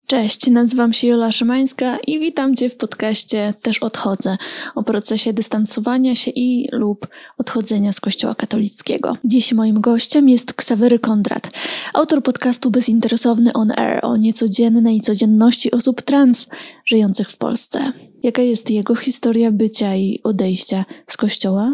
Cześć, nazywam się Jola Szymańska i witam Cię w podcaście Też odchodzę o procesie dystansowania się i lub odchodzenia z Kościoła katolickiego. Dziś moim gościem jest Ksawery Kondrat, autor podcastu Bezinteresowny on Air o niecodziennej codzienności osób trans żyjących w Polsce. Jaka jest jego historia bycia i odejścia z Kościoła?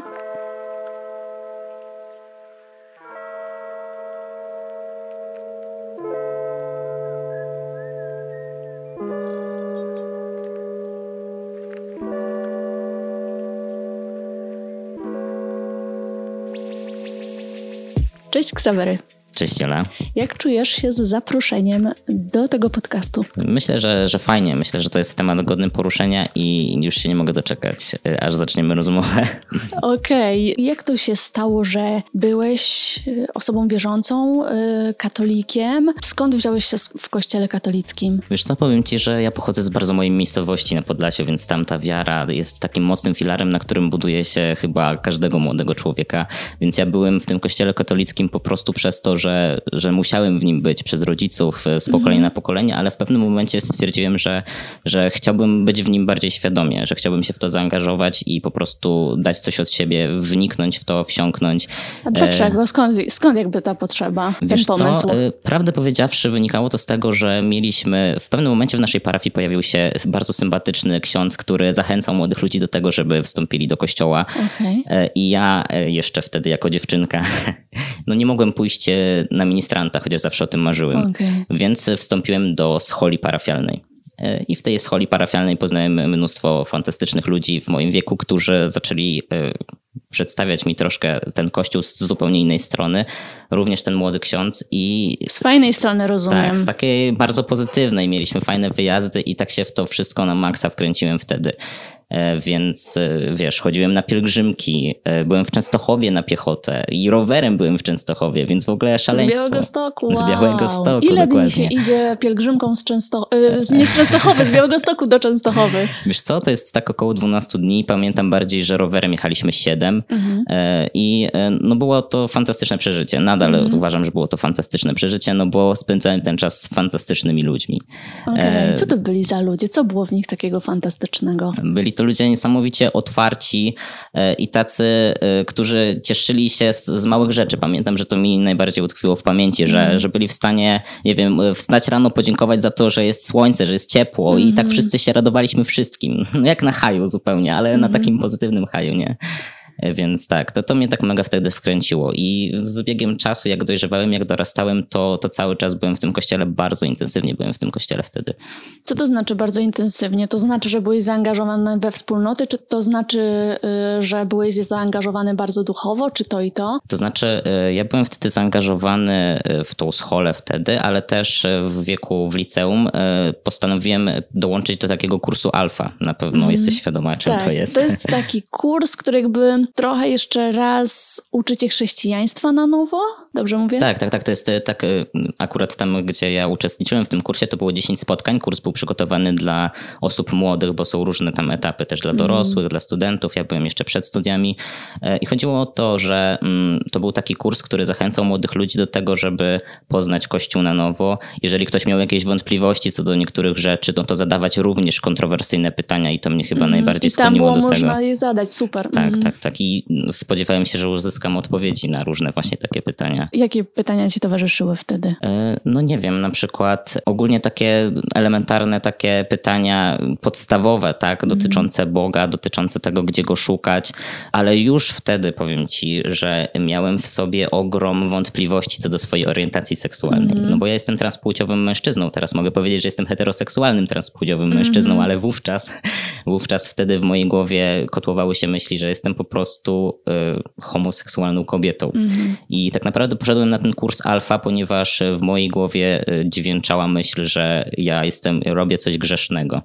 Cześć Ksawery. Cześć Jola. Jak czujesz się z zaproszeniem do tego podcastu? Myślę, że fajnie. Myślę, że to jest temat godny poruszenia i już się nie mogę doczekać, aż zaczniemy rozmowę. Okej. Jak to się stało, że byłeś osobą wierzącą, katolikiem? Skąd wziąłeś się w kościele katolickim? Wiesz co, powiem Ci, że ja pochodzę z bardzo mojej miejscowości na Podlasiu, więc tam ta wiara jest takim mocnym filarem, na którym buduje się chyba każdego młodego człowieka. Więc ja byłem w tym kościele katolickim po prostu przez to, że musiałem w nim być przez rodziców z pokolenia na pokolenie, ale w pewnym momencie stwierdziłem, że chciałbym być w nim bardziej świadomie, że chciałbym się w to zaangażować i po prostu dać coś od siebie, wniknąć w to, wsiąknąć. A dlaczego? Skąd jakby ta potrzeba, Wiesz ten pomysł? Co? Prawdę powiedziawszy, wynikało to z tego, że mieliśmy, w pewnym momencie w naszej parafii pojawił się bardzo sympatyczny ksiądz, który zachęcał młodych ludzi do tego, żeby wstąpili do kościoła. Okay. I ja jeszcze wtedy jako dziewczynka nie mogłem pójść na ministranta, chociaż zawsze o tym marzyłem. Okay. Więc wstąpiłem do scholi parafialnej. I w tej scholi parafialnej poznałem mnóstwo fantastycznych ludzi w moim wieku, którzy zaczęli przedstawiać mi troszkę ten kościół z zupełnie innej strony. Również ten młody ksiądz. Z fajnej strony, rozumiem. Tak, z takiej bardzo pozytywnej. Mieliśmy fajne wyjazdy i tak się w to wszystko na maksa wkręciłem wtedy. Więc wiesz, chodziłem na pielgrzymki, byłem w Częstochowie na piechotę i rowerem byłem w Częstochowie, więc w ogóle szaleństwo. Z Białegostoku, wow. Z Białegostoku, Ile dokładnie. dni się idzie pielgrzymką nie z Częstochowy, z Białegostoku do Częstochowy? Wiesz co, to jest tak około 12 dni. Pamiętam bardziej, że rowerem jechaliśmy 7 i było to fantastyczne przeżycie. Nadal uważam, że było to fantastyczne przeżycie, bo spędzałem ten czas z fantastycznymi ludźmi. Okay. Co to byli za ludzie? Co było w nich takiego fantastycznego? Byli to ludzie niesamowicie otwarci i tacy, którzy cieszyli się z małych rzeczy. Pamiętam, że to mi najbardziej utkwiło w pamięci, że byli w stanie, nie wiem, wstać rano, podziękować za to, że jest słońce, że jest ciepło i tak wszyscy się radowaliśmy wszystkim. Jak na haju zupełnie, ale na takim pozytywnym haju, nie? Więc tak, to mnie tak mega wtedy wkręciło i z biegiem czasu, jak dojrzewałem, jak dorastałem, to cały czas byłem w tym kościele, bardzo intensywnie byłem w tym kościele wtedy. Co to znaczy bardzo intensywnie? To znaczy, że byłeś zaangażowany we wspólnoty, czy to znaczy, że byłeś zaangażowany bardzo duchowo, czy to i to? To znaczy, ja byłem wtedy zaangażowany w tą scholę wtedy, ale też w liceum postanowiłem dołączyć do takiego kursu Alfa. Na pewno jesteś świadoma, czym to jest. To jest taki kurs, który jakby trochę jeszcze raz uczycie chrześcijaństwa na nowo? Dobrze mówię? Tak. To jest tak, akurat tam, gdzie ja uczestniczyłem w tym kursie, to było 10 spotkań. Kurs był przygotowany dla osób młodych, bo są różne tam etapy też dla dorosłych, dla studentów. Ja byłem jeszcze przed studiami i chodziło o to, że to był taki kurs, który zachęcał młodych ludzi do tego, żeby poznać Kościół na nowo. Jeżeli ktoś miał jakieś wątpliwości co do niektórych rzeczy, to zadawać również kontrowersyjne pytania i to mnie chyba najbardziej skłoniło do tego. I tam było można je zadać, super. Tak. I spodziewałem się, że uzyskam odpowiedzi na różne właśnie takie pytania. Jakie pytania ci towarzyszyły wtedy? Nie wiem, na przykład ogólnie takie elementarne takie pytania podstawowe, tak, dotyczące Boga, dotyczące tego, gdzie Go szukać, ale już wtedy powiem ci, że miałem w sobie ogrom wątpliwości co do swojej orientacji seksualnej. Bo ja jestem transpłciowym mężczyzną, teraz mogę powiedzieć, że jestem heteroseksualnym transpłciowym mężczyzną, ale wówczas wtedy w mojej głowie kotłowały się myśli, że jestem po prostu homoseksualną kobietą. I tak naprawdę poszedłem na ten kurs Alfa, ponieważ w mojej głowie dźwięczała myśl, że ja robię coś grzesznego,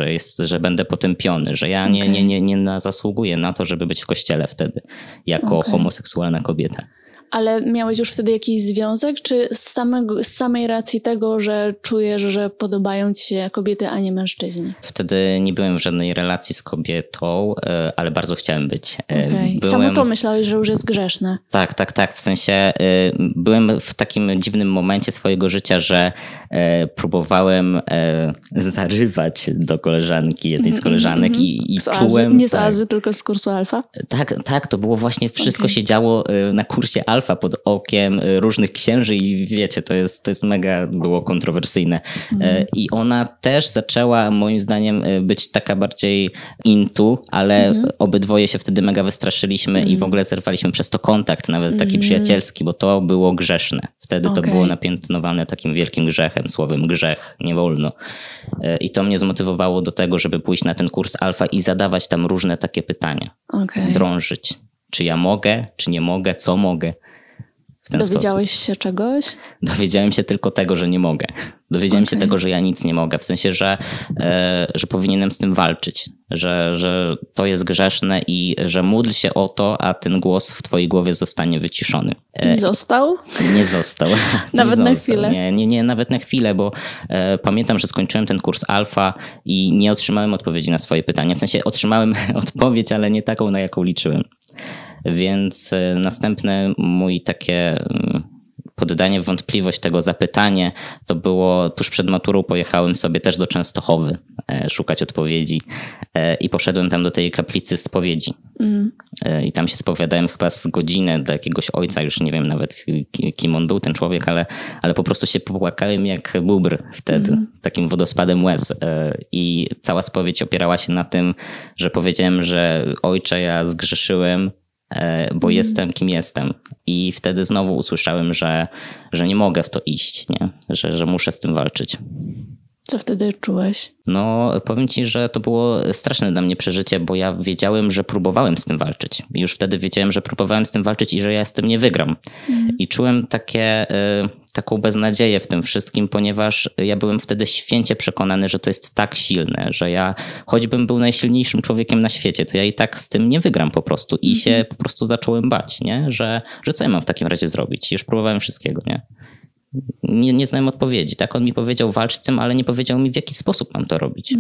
że będę potępiony, że ja nie zasługuję na to, żeby być w kościele wtedy jako homoseksualna kobieta. Ale miałeś już wtedy jakiś związek, czy z samej racji tego, że czujesz, że podobają ci się kobiety, a nie mężczyźni? Wtedy nie byłem w żadnej relacji z kobietą, ale bardzo chciałem być. Okay. Samo to myślałeś, że już jest grzeszne. Tak. W sensie byłem w takim dziwnym momencie swojego życia, że próbowałem zarywać do koleżanki, jednej z koleżanek i czułem... Nie z Azy, tylko z kursu Alfa? Tak, to było właśnie, wszystko się działo na kursie Alfa pod okiem różnych księży i wiecie, to jest mega było kontrowersyjne. I ona też zaczęła moim zdaniem być taka bardziej into, ale obydwoje się wtedy mega wystraszyliśmy i w ogóle zerwaliśmy przez to kontakt, nawet taki przyjacielski, bo to było grzeszne. Wtedy to było napiętnowane takim wielkim grzechem, słowem grzech, nie wolno. I to mnie zmotywowało do tego, żeby pójść na ten kurs Alfa i zadawać tam różne takie pytania. Drążyć. Czy ja mogę, czy nie mogę, co mogę? Dowiedziałeś się czegoś? Dowiedziałem się tylko tego, że nie mogę. Dowiedziałem się tego, że ja nic nie mogę. W sensie, że powinienem z tym walczyć. Że to jest grzeszne i że módl się o to, a ten głos w twojej głowie zostanie wyciszony. I został? Nie został. Nawet na chwilę? Nie, nawet na chwilę, bo pamiętam, że skończyłem ten kurs Alfa i nie otrzymałem odpowiedzi na swoje pytania. W sensie otrzymałem odpowiedź, ale nie taką, na jaką liczyłem. Więc następne mój takie poddanie w wątpliwość tego zapytanie to było tuż przed maturą. Pojechałem sobie też do Częstochowy szukać odpowiedzi i poszedłem tam do tej kaplicy spowiedzi. I tam się spowiadałem chyba z godzinę do jakiegoś ojca, już nie wiem nawet kim on był ten człowiek, ale po prostu się popłakałem jak bóbr wtedy, takim wodospadem łez. I cała spowiedź opierała się na tym, że powiedziałem, że ojcze, ja zgrzeszyłem, bo jestem kim jestem. I wtedy znowu usłyszałem, że nie mogę w to iść, nie? Że muszę z tym walczyć. Co wtedy czułeś? No, powiem ci, że to było straszne dla mnie przeżycie, bo ja wiedziałem, że próbowałem z tym walczyć. Już wtedy wiedziałem, że próbowałem z tym walczyć i że ja z tym nie wygram. I czułem taką beznadzieję w tym wszystkim, ponieważ ja byłem wtedy święcie przekonany, że to jest tak silne, że ja choćbym był najsilniejszym człowiekiem na świecie, to ja i tak z tym nie wygram po prostu. I się po prostu zacząłem bać, nie? Że co ja mam w takim razie zrobić? Już próbowałem wszystkiego, nie? Nie znałem odpowiedzi. Tak, on mi powiedział walcz z tym, ale nie powiedział mi, w jaki sposób mam to robić.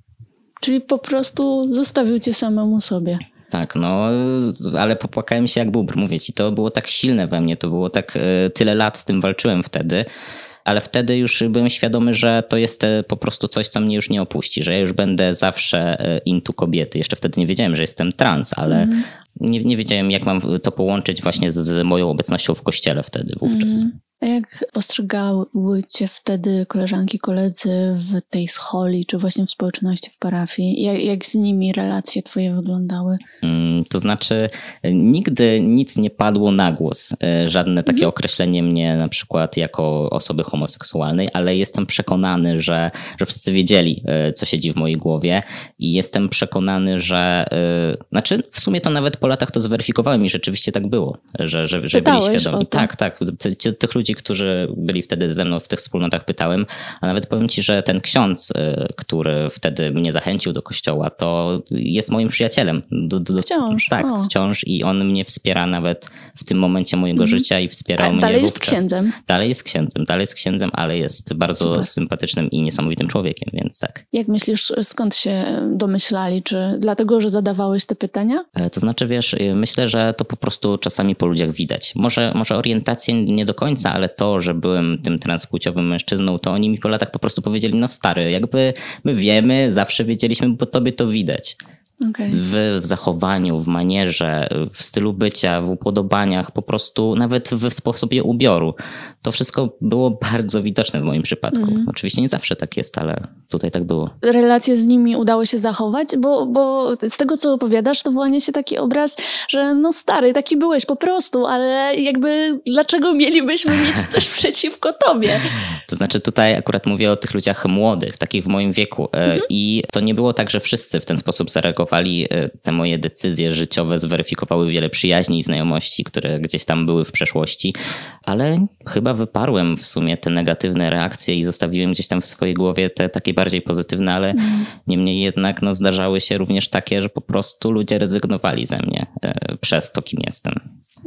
Czyli po prostu zostawił cię samemu sobie. Tak, no, ale popłakałem się jak bóbr, mówię ci. To było tak silne we mnie, to było tak, tyle lat z tym walczyłem wtedy, ale wtedy już byłem świadomy, że to jest po prostu coś, co mnie już nie opuści, że ja już będę zawsze into kobiety. Jeszcze wtedy nie wiedziałem, że jestem trans, ale nie wiedziałem, jak mam to połączyć właśnie z moją obecnością w kościele wtedy wówczas. A jak postrzegały cię wtedy koleżanki, koledzy w tej scholi, czy właśnie w społeczności, w parafii? Jak z nimi relacje twoje wyglądały? To znaczy nigdy nic nie padło na głos. Żadne takie określenie mnie na przykład jako osoby homoseksualnej, ale jestem przekonany, że wszyscy wiedzieli, co siedzi w mojej głowie i jestem przekonany, że znaczy w sumie to nawet po latach to zweryfikowałem i rzeczywiście tak było, że byli świadomi. Tak. Tych ludzi, którzy byli wtedy ze mną w tych wspólnotach pytałem, a nawet powiem ci, że ten ksiądz, który wtedy mnie zachęcił do kościoła, to jest moim przyjacielem. Wciąż. Tak, wciąż i on mnie wspiera nawet w tym momencie mojego życia i wspierał mnie dalej wówczas. Jest księdzem. Dalej jest księdzem, ale jest bardzo sympatycznym i niesamowitym człowiekiem, więc tak. Jak myślisz, skąd się domyślali? Czy dlatego, że zadawałeś te pytania? To znaczy, wiesz, myślę, że to po prostu czasami po ludziach widać. Może orientację nie do końca, ale to, że byłem tym transpłciowym mężczyzną, to oni mi po latach po prostu powiedzieli, no stary, jakby my wiemy, zawsze wiedzieliśmy, bo tobie to widać. Okay. W zachowaniu, w manierze, w stylu bycia, w upodobaniach, po prostu nawet w sposobie ubioru. To wszystko było bardzo widoczne w moim przypadku. Oczywiście nie zawsze tak jest, ale tutaj tak było. Relacje z nimi udało się zachować, bo z tego, co opowiadasz, to wyłania się taki obraz, że no stary, taki byłeś po prostu, ale jakby dlaczego mielibyśmy mieć coś przeciwko tobie? To znaczy tutaj akurat mówię o tych ludziach młodych, takich w moim wieku. I to nie było tak, że wszyscy w ten sposób zareagowali. Te moje decyzje życiowe zweryfikowały wiele przyjaźni i znajomości, które gdzieś tam były w przeszłości, ale chyba wyparłem w sumie te negatywne reakcje i zostawiłem gdzieś tam w swojej głowie te takie bardziej pozytywne, ale niemniej jednak no, zdarzały się również takie, że po prostu ludzie rezygnowali ze mnie przez to, kim jestem.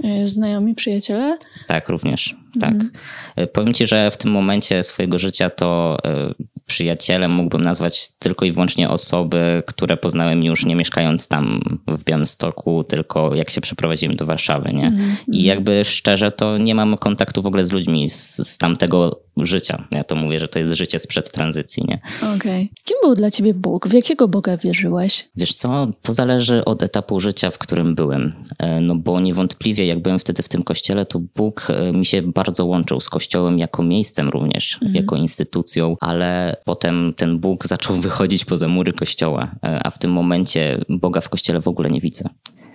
Znajomi, przyjaciele? Tak, również. Tak. Powiem ci, że w tym momencie swojego życia to przyjacielem mógłbym nazwać tylko i wyłącznie osoby, które poznałem już nie mieszkając tam w Białymstoku, tylko jak się przeprowadziłem do Warszawy, nie? I jakby szczerze to nie mam kontaktu w ogóle z ludźmi z tamtego życia. Ja to mówię, że to jest życie sprzed tranzycji, nie? Okej. Kim był dla ciebie Bóg? W jakiego Boga wierzyłeś? Wiesz co, to zależy od etapu życia, w którym byłem. No bo niewątpliwie jak byłem wtedy w tym kościele, to Bóg mi się bardzo łączył z kościołem jako miejscem również, jako instytucją, ale potem ten Bóg zaczął wychodzić poza mury kościoła, a w tym momencie Boga w kościele w ogóle nie widzę.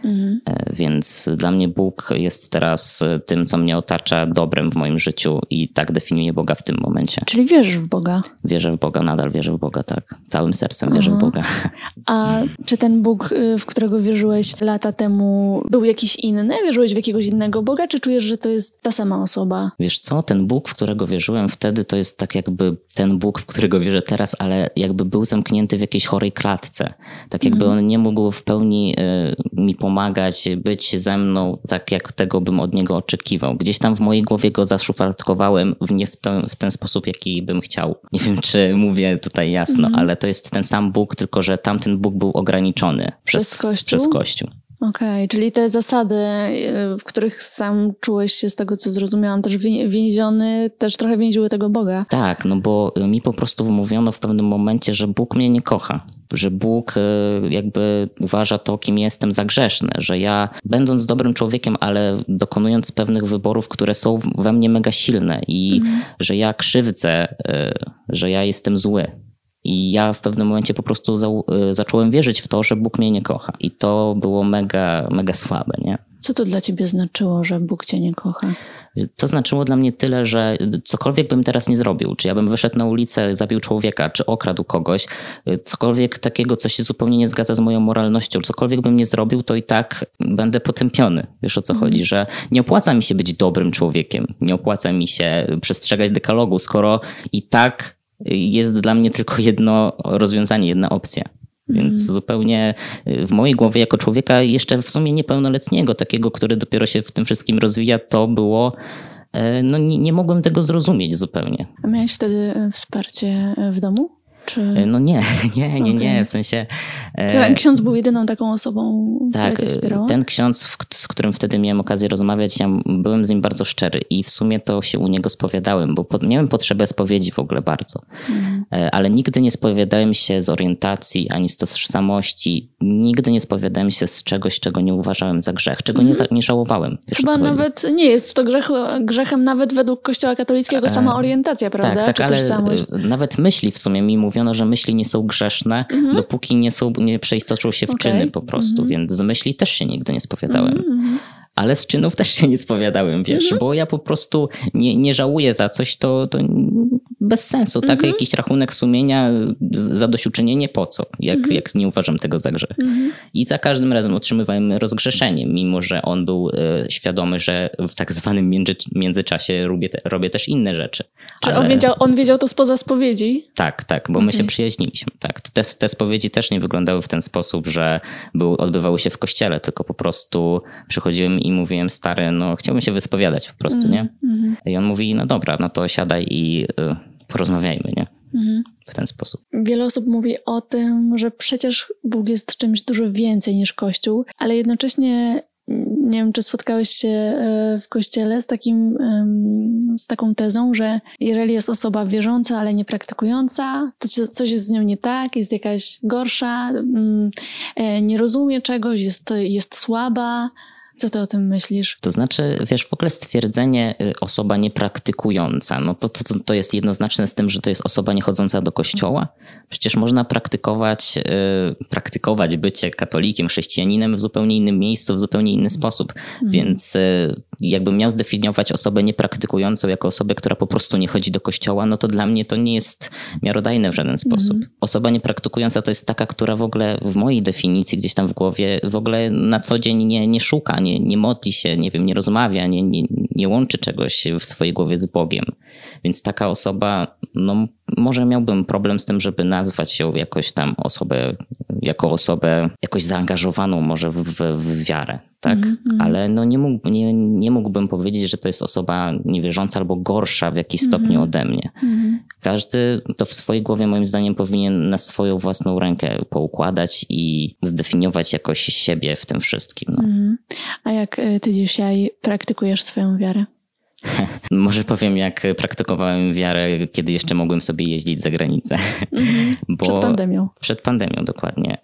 Więc dla mnie Bóg jest teraz tym, co mnie otacza, dobrem w moim życiu i tak definiuję Boga w tym momencie. Czyli wierzysz w Boga? Wierzę w Boga, nadal wierzę w Boga, tak. Całym sercem wierzę w Boga. A czy ten Bóg, w którego wierzyłeś lata temu, był jakiś inny? Wierzyłeś w jakiegoś innego Boga, czy czujesz, że to jest ta sama osoba? Wiesz co, ten Bóg, w którego wierzyłem wtedy, to jest tak jakby ten Bóg, w którego wierzę teraz, ale jakby był zamknięty w jakiejś chorej klatce. Tak jakby on nie mógł w pełni mi pomagać, być ze mną tak, jak tego bym od niego oczekiwał. Gdzieś tam w mojej głowie go zaszufladkowałem nie w ten sposób, jaki bym chciał. Nie wiem, czy mówię tutaj jasno, ale to jest ten sam Bóg, tylko że tamten Bóg był ograniczony przez Kościół. Okej, czyli te zasady, w których sam czułeś się, z tego co zrozumiałam, też więziony, też trochę więziły tego Boga. Tak, no bo mi po prostu wmówiono w pewnym momencie, że Bóg mnie nie kocha. Że Bóg jakby uważa to, kim jestem, za grzeszne. Że ja, będąc dobrym człowiekiem, ale dokonując pewnych wyborów, które są we mnie mega silne i że ja krzywdzę, że ja jestem zły. I ja w pewnym momencie po prostu zacząłem wierzyć w to, że Bóg mnie nie kocha. I to było mega, mega słabe, nie? Co to dla ciebie znaczyło, że Bóg cię nie kocha? To znaczyło dla mnie tyle, że cokolwiek bym teraz nie zrobił, czy ja bym wyszedł na ulicę, zabił człowieka, czy okradł kogoś, cokolwiek takiego, co się zupełnie nie zgadza z moją moralnością, cokolwiek bym nie zrobił, to i tak będę potępiony. Wiesz, o co chodzi, że nie opłaca mi się być dobrym człowiekiem, nie opłaca mi się przestrzegać dekalogu, skoro i tak jest dla mnie tylko jedno rozwiązanie, jedna opcja. Więc zupełnie w mojej głowie jako człowieka jeszcze w sumie niepełnoletniego, takiego, który dopiero się w tym wszystkim rozwija, to było, no nie mogłem tego zrozumieć zupełnie. A miałeś wtedy wsparcie w domu? Czy... No nie, w sensie... Ten ksiądz był jedyną taką osobą, która cię wspierała? Ten ksiądz, z którym wtedy miałem okazję rozmawiać, ja byłem z nim bardzo szczery i w sumie to się u niego spowiadałem, bo miałem potrzebę spowiedzi w ogóle bardzo. Ale nigdy nie spowiadałem się z orientacji ani z tożsamości. Nigdy nie spowiadałem się z czegoś, czego nie uważałem za grzech, czego nie żałowałem. Wiesz, chyba nawet nie jest to grzechem nawet według Kościoła katolickiego sama orientacja, prawda? Tak, czy ale tożsamość? nawet myśli w sumie mi mówiono, że myśli nie są grzeszne, dopóki nie przeistoczą się w czyny po prostu, więc z myśli też się nigdy nie spowiadałem. Ale z czynów też się nie spowiadałem, wiesz, bo ja po prostu nie żałuję za coś, to bez sensu, tak? Jakiś rachunek sumienia, zadośćuczynienie po co, jak nie uważam tego za grzech. I za każdym razem otrzymywałem rozgrzeszenie, mimo że on był świadomy, że w tak zwanym międzyczasie robię też inne rzeczy. Czy on wiedział to spoza spowiedzi? Tak, bo my się przyjaźniliśmy. Tak. Te spowiedzi też nie wyglądały w ten sposób, że odbywały się w kościele, tylko po prostu przychodziłem i mówiłem, stary, no chciałbym się wyspowiadać po prostu, nie? I on mówi, no dobra, no to siadaj i porozmawiajmy, nie? W ten sposób. Wiele osób mówi o tym, że przecież Bóg jest czymś dużo więcej niż Kościół, ale jednocześnie nie wiem, czy spotkałeś się w kościele z taką tezą, że jeżeli jest osoba wierząca, ale nie praktykująca, to coś jest z nią nie tak, jest jakaś gorsza, nie rozumie czegoś, jest słaba. Co ty o tym myślisz? To znaczy, wiesz, w ogóle stwierdzenie osoba niepraktykująca, no to jest jednoznaczne z tym, że to jest osoba niechodząca do kościoła. Przecież można praktykować bycie katolikiem, chrześcijaninem w zupełnie innym miejscu, w zupełnie inny sposób. Więc jakbym miał zdefiniować osobę niepraktykującą jako osobę, która po prostu nie chodzi do kościoła, no to dla mnie to nie jest miarodajne w żaden sposób. Osoba niepraktykująca to jest taka, która w ogóle w mojej definicji gdzieś tam w głowie w ogóle na co dzień nie szuka, nie modli się, nie wiem, nie rozmawia, nie łączy czegoś w swojej głowie z Bogiem. Więc taka osoba, no może miałbym problem z tym, żeby nazwać ją jakoś tam osobę jako osobę jakoś zaangażowaną może w wiarę. Tak, ale no nie mógłbym powiedzieć, że to jest osoba niewierząca albo gorsza w jakiś stopniu ode mnie. Każdy to w swojej głowie moim zdaniem powinien na swoją własną rękę poukładać i zdefiniować jakoś siebie w tym wszystkim. No. A jak ty dzisiaj praktykujesz swoją wiarę? Może powiem, jak praktykowałem wiarę, kiedy jeszcze mogłem sobie jeździć za granicę. Bo przed pandemią. Przed pandemią, dokładnie.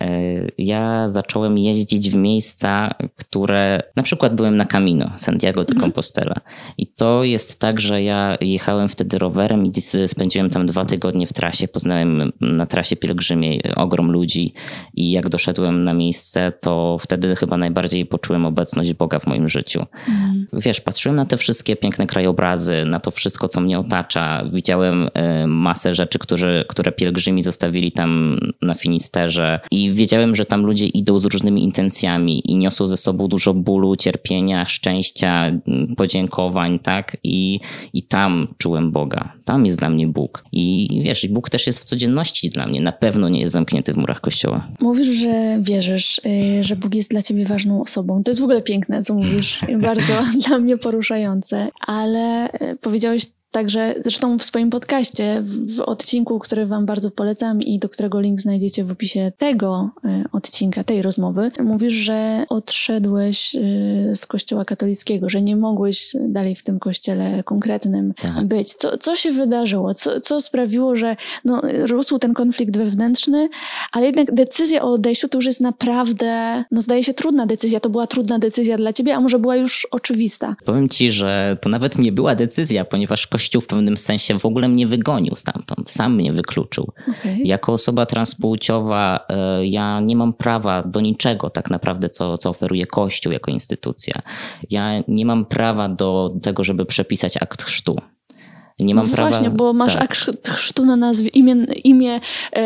Ja zacząłem jeździć w miejsca, które... Na przykład byłem na Camino, Santiago de Compostela. I to jest tak, że ja jechałem wtedy rowerem i spędziłem tam 2 tygodnie w trasie. Poznałem na trasie pielgrzymiej ogrom ludzi i jak doszedłem na miejsce, to wtedy chyba najbardziej poczułem obecność Boga w moim życiu. Wiesz, patrzyłem na te wszystkie piękne krajobrazy, na to wszystko, co mnie otacza. Widziałem masę rzeczy, które pielgrzymi zostawili tam na Finisterze i wiedziałem, że tam ludzie idą z różnymi intencjami i niosą ze sobą dużo bólu, cierpienia, szczęścia, podziękowań, tak? I tam czułem Boga. Tam jest dla mnie Bóg. I wiesz, Bóg też jest w codzienności dla mnie. Na pewno nie jest zamknięty w murach kościoła. Mówisz, że wierzysz, że Bóg jest dla ciebie ważną osobą. To jest w ogóle piękne, co mówisz. Bardzo dla mnie poruszające. Ale powiedziałeś także, zresztą w swoim podcaście, w odcinku, który wam bardzo polecam i do którego link znajdziecie w opisie tego odcinka, tej rozmowy, mówisz, że odszedłeś z kościoła katolickiego, że nie mogłeś dalej w tym kościele konkretnym być. Co się wydarzyło? Co sprawiło, że rósł ten konflikt wewnętrzny, ale jednak decyzja o odejściu to już jest naprawdę, zdaje się, trudna decyzja. To była trudna decyzja dla ciebie, a może była już oczywista? Powiem ci, że to nawet nie była decyzja, ponieważ Kościół w pewnym sensie w ogóle mnie wygonił stamtąd, sam mnie wykluczył. Okay. Jako osoba transpłciowa ja nie mam prawa do niczego tak naprawdę, co oferuje Kościół jako instytucja. Ja nie mam prawa do tego, żeby przepisać akt chrztu. Nie mam prawa... Właśnie, bo masz akt chrztu na nazwie, imię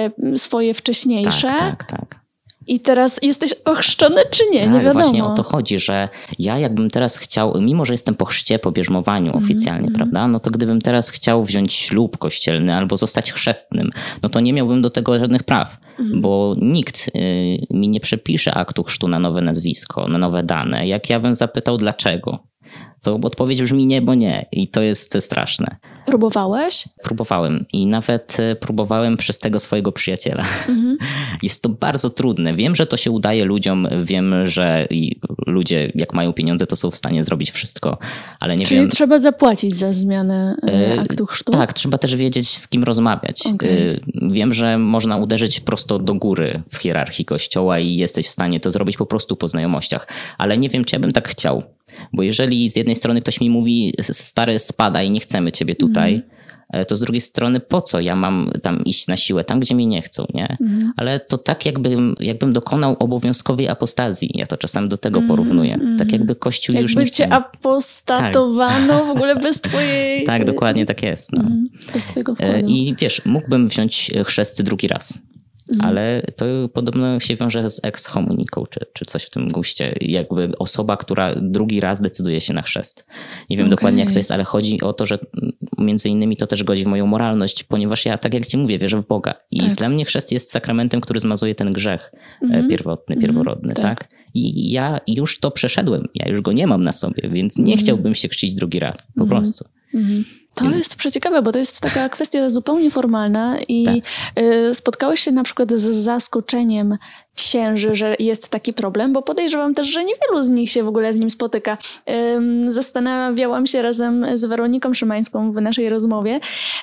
swoje wcześniejsze. Tak. I teraz jesteś ochrzczony czy nie? Tak, nie wiadomo. Właśnie o to chodzi, że ja jakbym teraz chciał, mimo że jestem po chrzcie, po bierzmowaniu oficjalnie, prawda, no to gdybym teraz chciał wziąć ślub kościelny albo zostać chrzestnym, no to nie miałbym do tego żadnych praw, bo nikt mi nie przepisze aktu chrztu na nowe nazwisko, na nowe dane. Jak ja bym zapytał dlaczego, to odpowiedź brzmi nie, bo nie. I to jest straszne. Próbowałeś? Próbowałem i nawet próbowałem przez tego swojego przyjaciela. Jest to bardzo trudne. Wiem, że to się udaje ludziom. Wiem, że ludzie jak mają pieniądze, to są w stanie zrobić wszystko, ale nie wiem. Czyli trzeba zapłacić za zmianę aktu chrztu? Tak, trzeba też wiedzieć, z kim rozmawiać. Okay. Wiem, że można uderzyć prosto do góry w hierarchii Kościoła i jesteś w stanie to zrobić po prostu po znajomościach. Ale nie wiem, czy ja bym tak chciał. Bo jeżeli z jednej strony ktoś mi mówi, stary, spadaj, nie chcemy ciebie tutaj, to z drugiej strony po co ja mam tam iść na siłę, tam gdzie mnie nie chcą, nie? Ale to tak jakbym dokonał obowiązkowej apostazji. Ja to czasem do tego porównuję. Tak jakby Kościół już nie chce. Jakby cię apostatowano w ogóle bez twojej... Tak, dokładnie tak jest. No. Bez twojego wkładu. I wiesz, mógłbym wziąć chrzest drugi raz. Ale to podobno się wiąże z ekskomuniką, czy coś w tym guście. Jakby osoba, która drugi raz decyduje się na chrzest. Nie wiem dokładnie jak to jest, ale chodzi o to, że między innymi to też godzi w moją moralność, ponieważ ja, tak jak ci mówię, wierzę w Boga. I dla mnie chrzest jest sakramentem, który zmazuje ten grzech pierwotny, pierworodny, tak? I ja już to przeszedłem. Ja już go nie mam na sobie, więc nie chciałbym się chrzcić drugi raz. Po prostu. To jest przeciekawe, bo to jest taka kwestia zupełnie formalna i spotkałeś się na przykład z zaskoczeniem księży, że jest taki problem, bo podejrzewam też, że niewielu z nich się w ogóle z nim spotyka. Zastanawiałam się razem z Weroniką Szymańską w naszej rozmowie,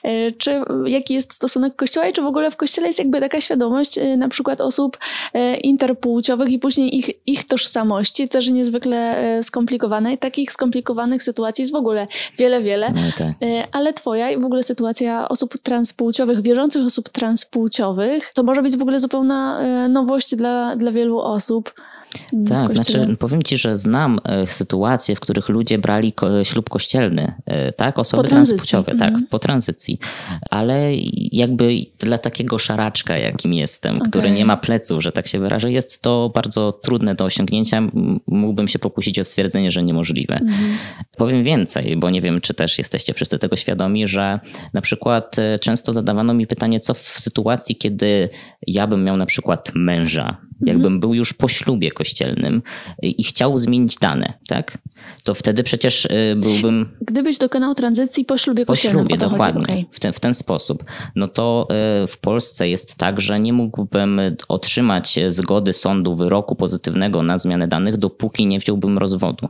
jaki jest stosunek Kościoła i czy w ogóle w Kościele jest jakby taka świadomość na przykład osób interpłciowych i później ich tożsamości, też niezwykle skomplikowane i takich skomplikowanych sytuacji jest w ogóle wiele. No tak. Ale twoja i w ogóle sytuacja osób transpłciowych, wierzących osób transpłciowych, to może być w ogóle zupełna nowość dla wielu osób. Tak, znaczy powiem ci, że znam sytuacje, w których ludzie brali ślub kościelny, tak, osoby transpłciowe, tak, po tranzycji, ale jakby dla takiego szaraczka, jakim jestem, który nie ma pleców, że tak się wyrażę, jest to bardzo trudne do osiągnięcia, mógłbym się pokusić o stwierdzenie, że niemożliwe. Powiem więcej, bo nie wiem, czy też jesteście wszyscy tego świadomi, że na przykład często zadawano mi pytanie, co w sytuacji, kiedy ja bym miał na przykład męża, jakbym był już po ślubie kościelnym i chciał zmienić dane, tak? To wtedy przecież byłbym... Gdybyś dokonał tranzycji po ślubie kościelnym. Po ślubie, dokładnie. Okay. W ten sposób. No to w Polsce jest tak, że nie mógłbym otrzymać zgody sądu, wyroku pozytywnego na zmianę danych, dopóki nie wziąłbym rozwodu.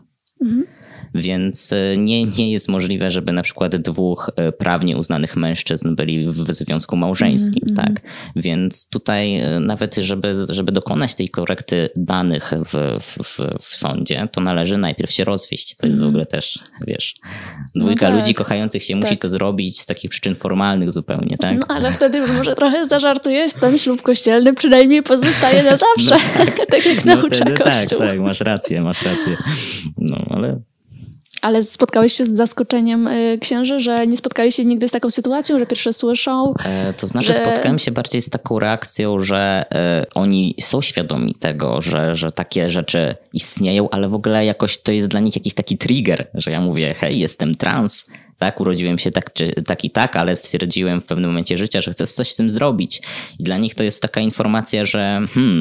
Więc nie jest możliwe, żeby na przykład dwóch prawnie uznanych mężczyzn byli w związku małżeńskim, tak? Więc tutaj nawet, żeby dokonać tej korekty danych w sądzie, to należy najpierw się rozwieść, co jest w ogóle też, wiesz, dwójka ludzi kochających się musi to zrobić z takich przyczyn formalnych zupełnie, tak? No ale wtedy już może trochę zażartujesz, ten ślub kościelny przynajmniej pozostaje na zawsze, tak jak naucza Kościół. Tak, masz rację. No, Ale spotkałeś się z zaskoczeniem księży, że nie spotkali się nigdy z taką sytuacją, że pierwsze słyszą? To znaczy spotkałem się bardziej z taką reakcją, że oni są świadomi tego, że takie rzeczy istnieją, ale w ogóle jakoś to jest dla nich jakiś taki trigger, że ja mówię, hej, jestem trans. Tak, urodziłem się tak, ale stwierdziłem w pewnym momencie życia, że chcę coś z tym zrobić. I dla nich to jest taka informacja, że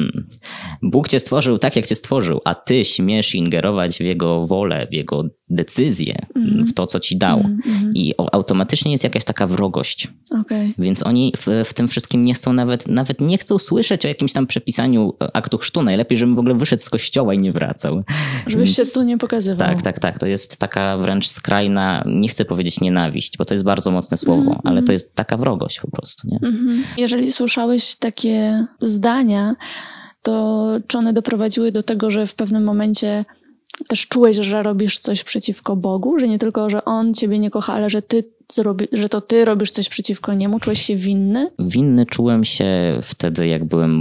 Bóg cię stworzył tak, jak cię stworzył, a ty śmiesz ingerować w jego wolę, w jego decyzję, w to, co ci dał. I automatycznie jest jakaś taka wrogość. Okay. Więc oni w tym wszystkim nie chcą nawet nie chcą słyszeć o jakimś tam przepisaniu aktu chrztu. Najlepiej, żebym w ogóle wyszedł z kościoła i nie wracał. Żebyś się tu nie pokazywał. Tak. To jest taka wręcz skrajna, nie chcę powiedzieć nienawiść, bo to jest bardzo mocne słowo, ale to jest taka wrogość po prostu. Nie? Jeżeli słyszałeś takie zdania, to czy one doprowadziły do tego, że w pewnym momencie też czułeś, że robisz coś przeciwko Bogu? Że nie tylko, że On ciebie nie kocha, ale że to ty robisz coś przeciwko Niemu? Czułeś się winny? Winny czułem się wtedy, jak byłem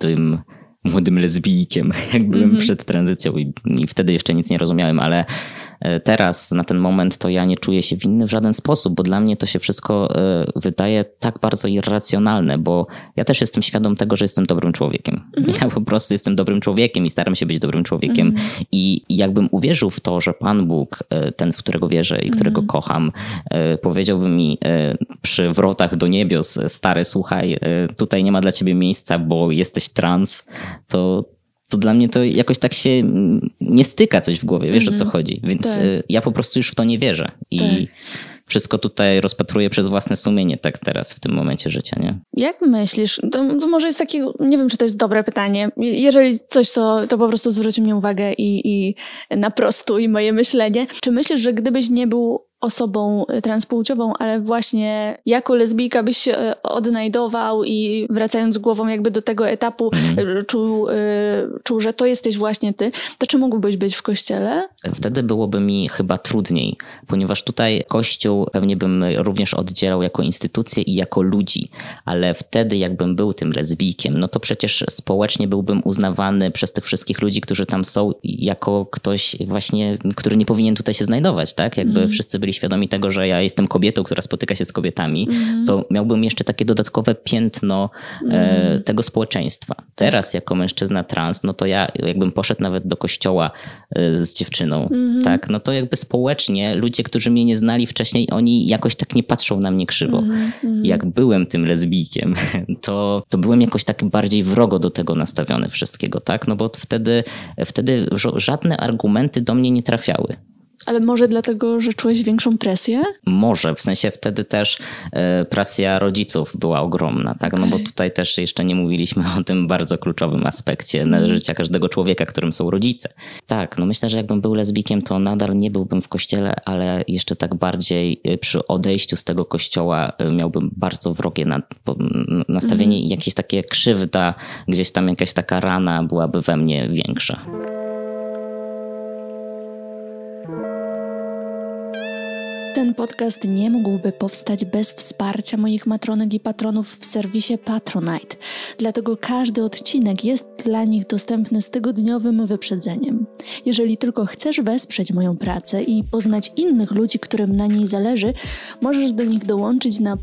młodym lesbijkiem, jak byłem przed tranzycją i wtedy jeszcze nic nie rozumiałem, ale teraz na ten moment to ja nie czuję się winny w żaden sposób, bo dla mnie to się wszystko wydaje tak bardzo irracjonalne, bo ja też jestem świadom tego, że jestem dobrym człowiekiem. Ja po prostu jestem dobrym człowiekiem i staram się być dobrym człowiekiem i jakbym uwierzył w to, że Pan Bóg, ten, w którego wierzę i którego kocham, powiedziałby mi przy wrotach do niebios, stary, słuchaj, tutaj nie ma dla ciebie miejsca, bo jesteś trans, to dla mnie to jakoś tak się nie styka coś w głowie, wiesz o co chodzi. Więc ja po prostu już w to nie wierzę. I wszystko tutaj rozpatruję przez własne sumienie tak teraz, w tym momencie życia, nie? Jak myślisz? To może jest takie, nie wiem, czy to jest dobre pytanie. Jeżeli coś, to po prostu zwróć mi uwagę i naprostuj moje myślenie. Czy myślisz, że gdybyś nie był osobą transpłciową, ale właśnie jako lesbijka byś się odnajdował i wracając głową jakby do tego etapu czuł, że to jesteś właśnie ty, to czy mógłbyś być w kościele? Wtedy byłoby mi chyba trudniej, ponieważ tutaj Kościół pewnie bym również oddzielał jako instytucję i jako ludzi, ale wtedy jakbym był tym lesbijkiem, no to przecież społecznie byłbym uznawany przez tych wszystkich ludzi, którzy tam są, jako ktoś właśnie, który nie powinien tutaj się znajdować, tak? Jakby wszyscy byli świadomi tego, że ja jestem kobietą, która spotyka się z kobietami, to miałbym jeszcze takie dodatkowe piętno tego społeczeństwa. Teraz jako mężczyzna trans, no to ja jakbym poszedł nawet do kościoła z dziewczyną, tak, no to jakby społecznie ludzie, którzy mnie nie znali wcześniej, oni jakoś tak nie patrzą na mnie krzywo. Jak byłem tym lesbijkiem, to byłem jakoś tak bardziej wrogo do tego nastawiony wszystkiego, tak, no bo wtedy żadne argumenty do mnie nie trafiały. Ale może dlatego, że czułeś większą presję? Może, w sensie wtedy też presja rodziców była ogromna, tak? No bo tutaj też jeszcze nie mówiliśmy o tym bardzo kluczowym aspekcie życia każdego człowieka, którym są rodzice. Tak, no myślę, że jakbym był lesbijkiem, to nadal nie byłbym w kościele, ale jeszcze tak bardziej przy odejściu z tego kościoła miałbym bardzo wrogie nastawienie i jakieś takie krzywda, gdzieś tam jakaś taka rana byłaby we mnie większa. Ten podcast nie mógłby powstać bez wsparcia moich matronek i patronów w serwisie Patronite. Dlatego każdy odcinek jest dla nich dostępny z tygodniowym wyprzedzeniem. Jeżeli tylko chcesz wesprzeć moją pracę i poznać innych ludzi, którym na niej zależy, możesz do nich dołączyć na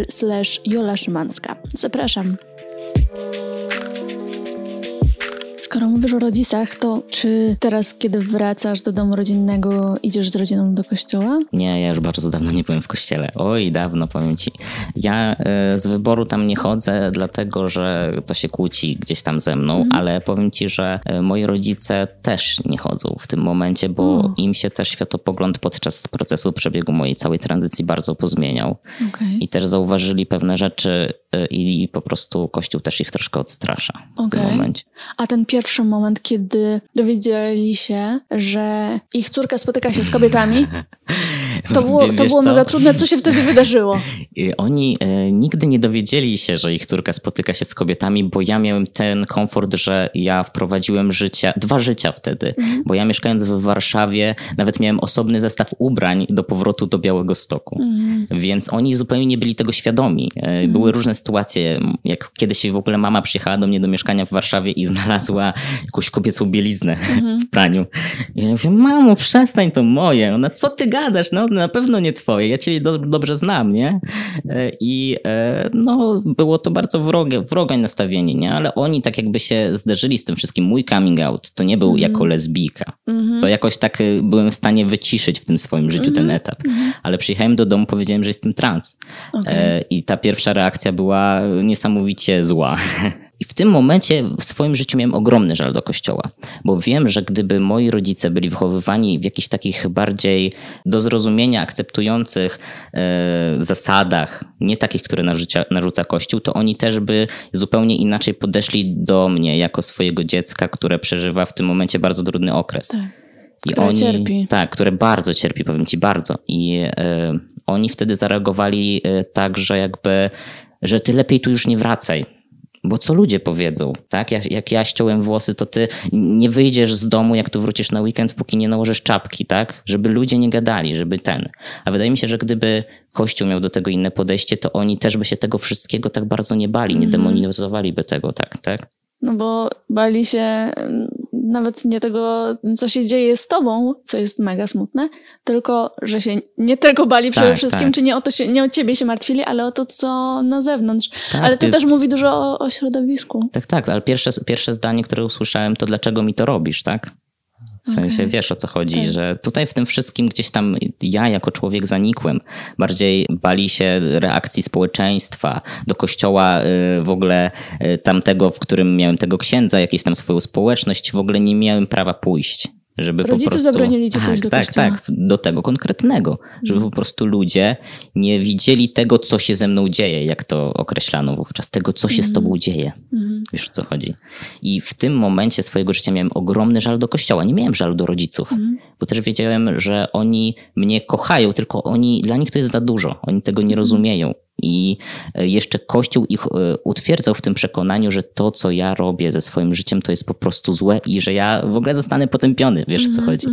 patronite.pl/Jola Szymańska. Zapraszam. Skoro mówisz o rodzicach, to czy teraz, kiedy wracasz do domu rodzinnego, idziesz z rodziną do kościoła? Nie, ja już bardzo dawno nie byłem w kościele. Oj, dawno, powiem ci. Ja z wyboru tam nie chodzę, dlatego że to się kłóci gdzieś tam ze mną, ale powiem ci, że moi rodzice też nie chodzą w tym momencie, bo im się też światopogląd podczas procesu przebiegu mojej całej tranzycji bardzo pozmieniał. Okay. I też zauważyli pewne rzeczy i po prostu Kościół też ich troszkę odstrasza w tym momencie. A ten pierwszy moment, kiedy dowiedzieli się, że ich córka spotyka się z kobietami, to było mega trudne. Co się wtedy wydarzyło? Oni nigdy nie dowiedzieli się, że ich córka spotyka się z kobietami, bo ja miałem ten komfort, że ja wprowadziłem dwa życia wtedy. Bo ja mieszkając w Warszawie nawet miałem osobny zestaw ubrań do powrotu do Białegostoku. Więc oni zupełnie nie byli tego świadomi. Były różne sytuacje, jak kiedyś w ogóle mama przyjechała do mnie do mieszkania w Warszawie i znalazła jakąś kobiecą bieliznę w praniu. I ja mówię, mamo, przestań, to moje. Ona, co ty gadasz? No na pewno nie twoje. Ja cię dobrze znam, nie? I no było to bardzo wrogie nastawienie, nie? Ale oni tak jakby się zderzyli z tym wszystkim. Mój coming out to nie był jako lesbijka. To jakoś tak byłem w stanie wyciszyć w tym swoim życiu ten etap. Ale przyjechałem do domu, powiedziałem, że jestem trans. I ta pierwsza reakcja była niesamowicie zła. I w tym momencie w swoim życiu miałem ogromny żal do Kościoła, bo wiem, że gdyby moi rodzice byli wychowywani w jakichś takich bardziej do zrozumienia akceptujących zasadach, nie takich, które narzuca Kościół, to oni też by zupełnie inaczej podeszli do mnie jako swojego dziecka, które przeżywa w tym momencie bardzo trudny okres. Tak. Które cierpi. Tak, które bardzo cierpi, powiem ci, bardzo. I oni wtedy zareagowali tak, że ty lepiej tu już nie wracaj. Bo co ludzie powiedzą, tak? Jak ja ściąłem włosy, to ty nie wyjdziesz z domu, jak tu wrócisz na weekend, póki nie nałożysz czapki, tak? Żeby ludzie nie gadali, A wydaje mi się, że gdyby Kościół miał do tego inne podejście, to oni też by się tego wszystkiego tak bardzo nie bali, nie demonizowaliby tego, tak? No bo bali się nawet nie tego, co się dzieje z tobą, co jest mega smutne, tylko, że się nie tego bali przede wszystkim, czy nie o ciebie się martwili, ale o to, co na zewnątrz. Tak, ale to też mówi dużo o środowisku. Tak, ale pierwsze zdanie, które usłyszałem, to dlaczego mi to robisz, tak? W sensie wiesz, o co chodzi, że tutaj w tym wszystkim gdzieś tam ja jako człowiek zanikłem. Bardziej bali się reakcji społeczeństwa, do kościoła w ogóle tamtego, w którym miałem tego księdza, jakąś tam swoją społeczność, w ogóle nie miałem prawa pójść. Żeby rodzice po prostu zabronili cię pójść do kościoła. Tak, do tego konkretnego. Żeby po prostu ludzie nie widzieli tego, co się ze mną dzieje, jak to określano wówczas. Tego, co się z tobą dzieje. Wiesz, o co chodzi. I w tym momencie swojego życia miałem ogromny żal do kościoła. Nie miałem żalu do rodziców. Bo też wiedziałem, że oni mnie kochają, tylko dla nich to jest za dużo. Oni tego nie rozumieją. I jeszcze Kościół ich utwierdzał w tym przekonaniu, że to, co ja robię ze swoim życiem, to jest po prostu złe i że ja w ogóle zostanę potępiony. Wiesz, o co chodzi.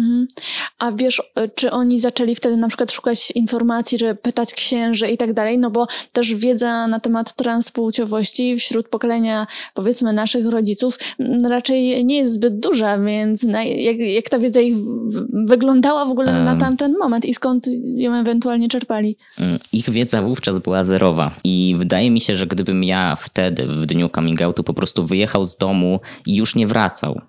A wiesz, czy oni zaczęli wtedy na przykład szukać informacji, że pytać księży i tak dalej? No bo też wiedza na temat transpłciowości wśród pokolenia, powiedzmy, naszych rodziców raczej nie jest zbyt duża, więc jak ta wiedza ich wyglądała w ogóle na tamten moment i skąd ją ewentualnie czerpali? Ich wiedza wówczas była zerowa i wydaje mi się, że gdybym ja wtedy w dniu coming outu po prostu wyjechał z domu i już nie wracał,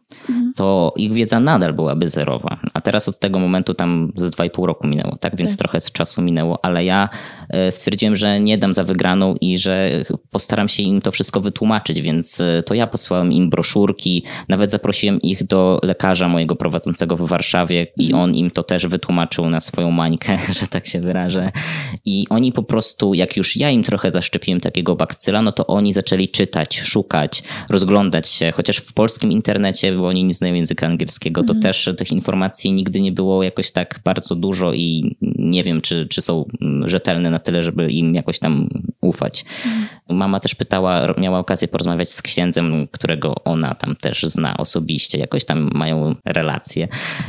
to ich wiedza nadal byłaby zerowa. A teraz od tego momentu tam z 2,5 roku minęło, tak? Więc trochę czasu minęło, ale ja stwierdziłem, że nie dam za wygraną i że postaram się im to wszystko wytłumaczyć, więc to ja posłałem im broszurki, nawet zaprosiłem ich do lekarza mojego prowadzącego w Warszawie i on im to też wytłumaczył na swoją mańkę, że tak się wyrażę. I oni po prostu, jak już ja im trochę zaszczepiłem takiego bakcyla, no to oni zaczęli czytać, szukać, rozglądać się, chociaż w polskim internecie, bo oni nie znają języka angielskiego, to też tych informacji nigdy nie było jakoś tak bardzo dużo i nie wiem, czy są rzetelne na tyle, żeby im jakoś tam ufać. Mama też miała okazję porozmawiać z księdzem, którego ona tam też zna osobiście, jakoś tam mają relacje.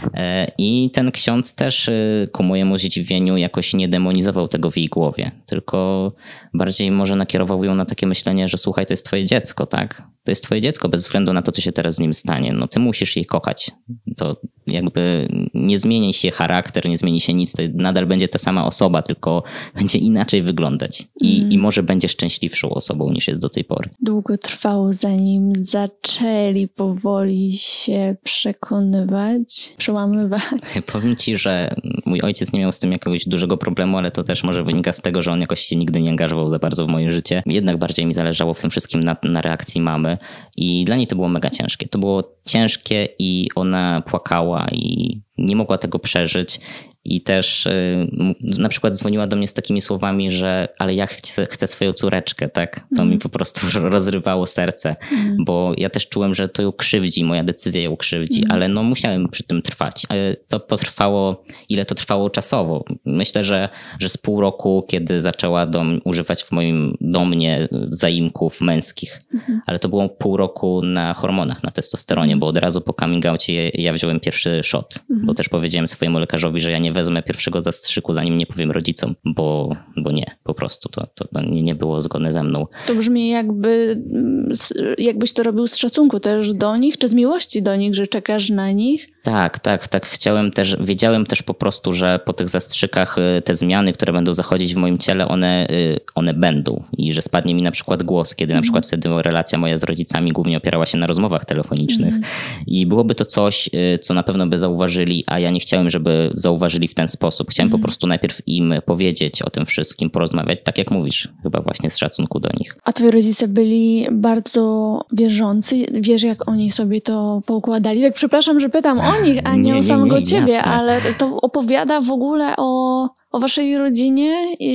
I ten ksiądz też ku mojemu zdziwieniu jakoś nie demonizował tego w jej głowie, tylko bardziej może nakierował ją na takie myślenie, że słuchaj, to jest twoje dziecko, tak? To To jest twoje dziecko bez względu na to, co się teraz z nim stanie. No ty musisz je kochać. To jakby nie zmieni się charakter, nie zmieni się nic. To nadal będzie ta sama osoba, tylko będzie inaczej wyglądać. I może będzie szczęśliwszą osobą niż jest do tej pory. Długo trwało, zanim zaczęli powoli się przekonywać, przełamywać. Powiem ci, że mój ojciec nie miał z tym jakiegoś dużego problemu, ale to też może wynika z tego, że on jakoś się nigdy nie angażował za bardzo w moje życie. Jednak bardziej mi zależało w tym wszystkim na reakcji mamy i dla niej to było mega ciężkie. To było ciężkie i ona płakała i nie mogła tego przeżyć. I też na przykład dzwoniła do mnie z takimi słowami, że ale ja chcę swoją córeczkę, tak? To mi po prostu rozrywało serce, bo ja też czułem, że to ją krzywdzi, moja decyzja ją krzywdzi, ale no musiałem przy tym trwać. To potrwało, ile to trwało czasowo? Myślę, że z pół roku, kiedy zaczęła używać do mnie zaimków męskich, ale to było pół roku na hormonach, na testosteronie, bo od razu po coming outie ja wziąłem pierwszy shot, bo też powiedziałem swojemu lekarzowi, że ja nie wezmę pierwszego zastrzyku, zanim nie powiem rodzicom, bo nie, po prostu to nie było zgodne ze mną. To brzmi jakbyś to robił z szacunku też do nich, czy z miłości do nich, że czekasz na nich? Tak. Chciałem też, wiedziałem też po prostu, że po tych zastrzykach te zmiany, które będą zachodzić w moim ciele, one będą i że spadnie mi na przykład głos, kiedy na przykład wtedy relacja moja z rodzicami głównie opierała się na rozmowach telefonicznych i byłoby to coś, co na pewno by zauważyli, a ja nie chciałem, żeby zauważyli w ten sposób. Chciałem po prostu najpierw im powiedzieć o tym wszystkim, porozmawiać, tak jak mówisz, chyba właśnie z szacunku do nich. A twoi rodzice byli bardzo wierzący? Wiesz, jak oni sobie to poukładali? Tak, przepraszam, że pytam o nich, a nie o samego ciebie, jasne. Ale to opowiada w ogóle o waszej rodzinie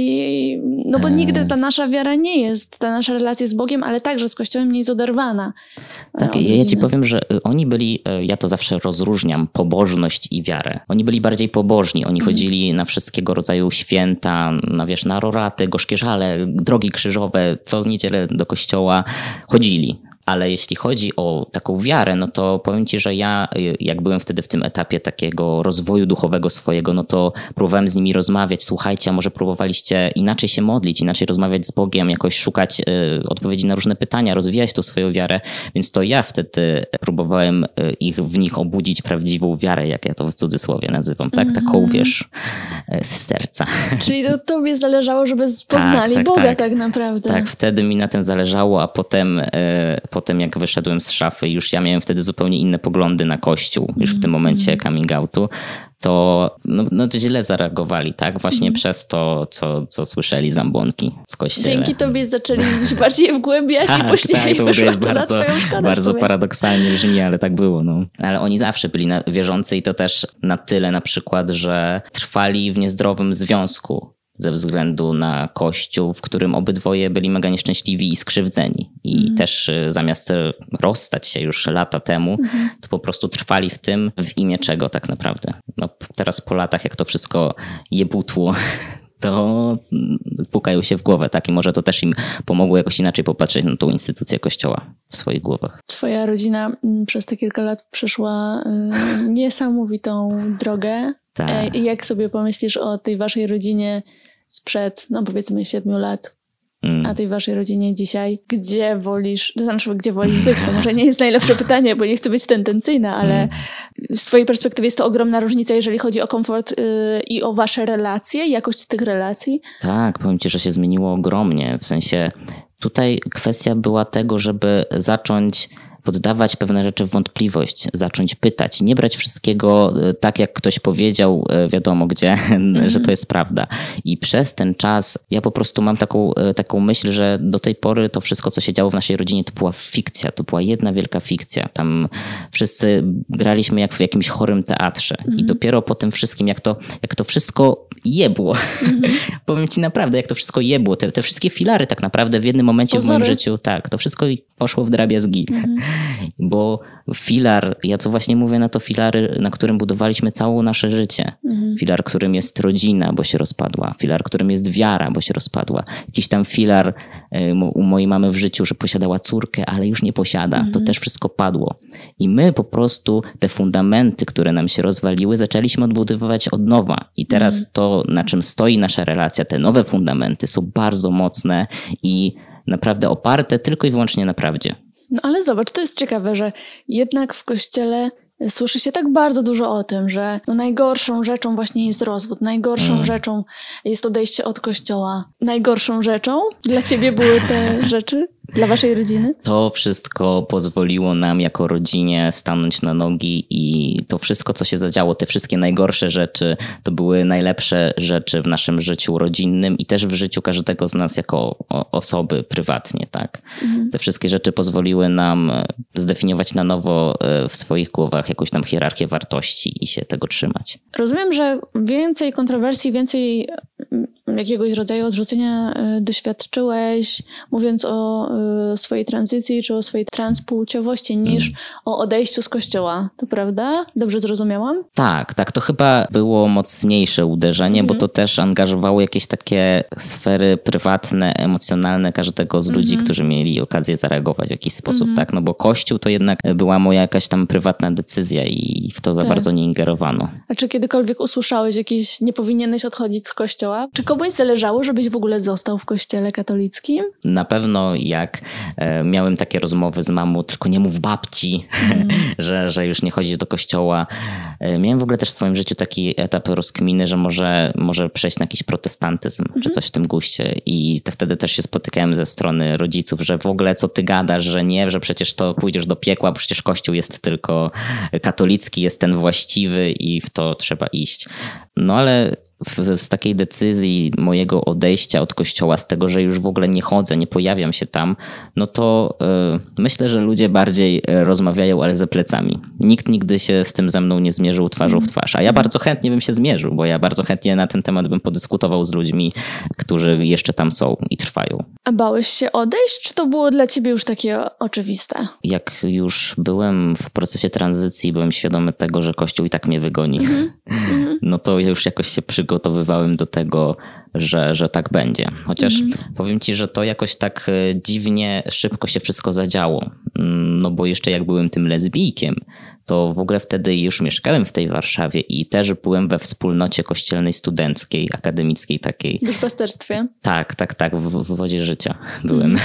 no bo nigdy ta nasza wiara nie jest, ta nasza relacja z Bogiem, ale także z Kościołem nie jest oderwana. Tak, ja ci powiem, że oni byli, ja to zawsze rozróżniam, pobożność i wiarę. Oni byli bardziej pobożni, oni chodzili na wszystkiego rodzaju święta, na roraty, gorzkie żale, drogi krzyżowe, co niedzielę do kościoła chodzili. Ale jeśli chodzi o taką wiarę, no to powiem ci, że ja jak byłem wtedy w tym etapie takiego rozwoju duchowego swojego, no to próbowałem z nimi rozmawiać. Słuchajcie, a może próbowaliście inaczej się modlić, inaczej rozmawiać z Bogiem, jakoś szukać odpowiedzi na różne pytania, rozwijać tą swoją wiarę. Więc to ja wtedy próbowałem w nich obudzić prawdziwą wiarę, jak ja to w cudzysłowie nazywam, tak? Taką, wiesz, z serca. Czyli to tobie zależało, żeby poznali Boga tak naprawdę. Tak, wtedy mi na tym zależało, a potem jak wyszedłem z szafy, już ja miałem wtedy zupełnie inne poglądy na Kościół, już w tym momencie coming outu, to no źle zareagowali, tak? Właśnie przez to, co słyszeli z ambonki w kościele. Dzięki tobie zaczęli się bardziej wgłębiać i później to jest bardzo paradoksalnie brzmi, ale tak było. No. Ale oni zawsze byli wierzący i to też na tyle na przykład, że trwali w niezdrowym związku ze względu na Kościół, w którym obydwoje byli mega nieszczęśliwi i skrzywdzeni. I też zamiast rozstać się już lata temu, to po prostu trwali w tym, w imię czego tak naprawdę. No, teraz po latach, jak to wszystko jebutło, to pukają się w głowę, tak? I może to też im pomogło jakoś inaczej popatrzeć na tą instytucję Kościoła w swoich głowach. Twoja rodzina przez te kilka lat przeszła niesamowitą drogę. Tak. Jak sobie pomyślisz o tej waszej rodzinie sprzed, no powiedzmy 7 lat, a tej waszej rodzinie dzisiaj, gdzie wolisz być? To może nie jest najlepsze pytanie, bo nie chcę być tendencyjna, ale z twojej perspektywy jest to ogromna różnica, jeżeli chodzi o komfort i o wasze relacje, jakość tych relacji? Tak, powiem ci, że się zmieniło ogromnie. W sensie tutaj kwestia była tego, żeby zacząć poddawać pewne rzeczy w wątpliwość, zacząć pytać, nie brać wszystkiego tak, jak ktoś powiedział, wiadomo gdzie, że to jest prawda. I przez ten czas ja po prostu mam taką myśl, że do tej pory to wszystko, co się działo w naszej rodzinie, to była fikcja, to była jedna wielka fikcja. Tam wszyscy graliśmy jak w jakimś chorym teatrze i dopiero po tym wszystkim, jak to wszystko jebło. Powiem ci naprawdę, jak to wszystko jebło. Te wszystkie filary tak naprawdę w jednym momencie w moim życiu, tak, to wszystko poszło w drobiazgi. Bo filar, ja to właśnie mówię na to filary, na którym budowaliśmy całe nasze życie. Filar, którym jest rodzina, bo się rozpadła. Filar, którym jest wiara, bo się rozpadła. Jakiś tam filar u mojej mamy w życiu, że posiadała córkę, ale już nie posiada. To też wszystko padło. I my po prostu te fundamenty, które nam się rozwaliły, zaczęliśmy odbudowywać od nowa. I teraz to, na czym stoi nasza relacja, te nowe fundamenty są bardzo mocne i naprawdę oparte tylko i wyłącznie na prawdzie. No ale zobacz, to jest ciekawe, że jednak w kościele słyszy się tak bardzo dużo o tym, że najgorszą rzeczą właśnie jest rozwód, najgorszą rzeczą jest odejście od kościoła. Najgorszą rzeczą dla ciebie były te rzeczy? Dla waszej rodziny? To wszystko pozwoliło nam jako rodzinie stanąć na nogi i to wszystko, co się zadziało, te wszystkie najgorsze rzeczy, to były najlepsze rzeczy w naszym życiu rodzinnym i też w życiu każdego z nas jako osoby prywatnie, tak? Te wszystkie rzeczy pozwoliły nam zdefiniować na nowo w swoich głowach jakąś tam hierarchię wartości i się tego trzymać. Rozumiem, że więcej kontrowersji, więcej jakiegoś rodzaju odrzucenia doświadczyłeś, mówiąc o swojej tranzycji czy o swojej transpłciowości niż o odejściu z kościoła. To prawda? Dobrze zrozumiałam? Tak. To chyba było mocniejsze uderzenie, bo to też angażowało jakieś takie sfery prywatne, emocjonalne każdego z ludzi, którzy mieli okazję zareagować w jakiś sposób, tak? No bo Kościół to jednak była moja jakaś tam prywatna decyzja i w to za bardzo nie ingerowano. A czy kiedykolwiek usłyszałeś jakieś, nie powinieneś odchodzić z kościoła? Czy komuś zależało, żebyś w ogóle został w kościele katolickim? Na pewno jak miałem takie rozmowy z mamą, tylko nie mów babci, że już nie chodzi do kościoła. Miałem w ogóle też w swoim życiu taki etap rozkminy, że może przejść na jakiś protestantyzm, czy coś w tym guście. I to wtedy też się spotykałem ze strony rodziców, że w ogóle co ty gadasz, że nie, że przecież to pójdziesz do piekła, przecież kościół jest tylko katolicki, jest ten właściwy i w to trzeba iść. No ale z takiej decyzji mojego odejścia od kościoła, z tego, że już w ogóle nie chodzę, nie pojawiam się tam, no to myślę, że ludzie bardziej rozmawiają, ale za plecami. Nikt nigdy się z tym ze mną nie zmierzył twarzą w twarz, a ja bardzo chętnie bym się zmierzył, bo ja bardzo chętnie na ten temat bym podyskutował z ludźmi, którzy jeszcze tam są i trwają. A bałeś się odejść, czy to było dla ciebie już takie oczywiste? Jak już byłem w procesie tranzycji, byłem świadomy tego, że Kościół i tak mnie wygoni, no to ja już jakoś się przygotowywałem do tego, że tak będzie. Chociaż powiem ci, że to jakoś tak dziwnie szybko się wszystko zadziało. No bo jeszcze jak byłem tym lesbijkiem, to w ogóle wtedy już mieszkałem w tej Warszawie i też byłem we wspólnocie kościelnej studenckiej, akademickiej takiej. W duszpasterstwie? Tak, w wodzie życia byłem.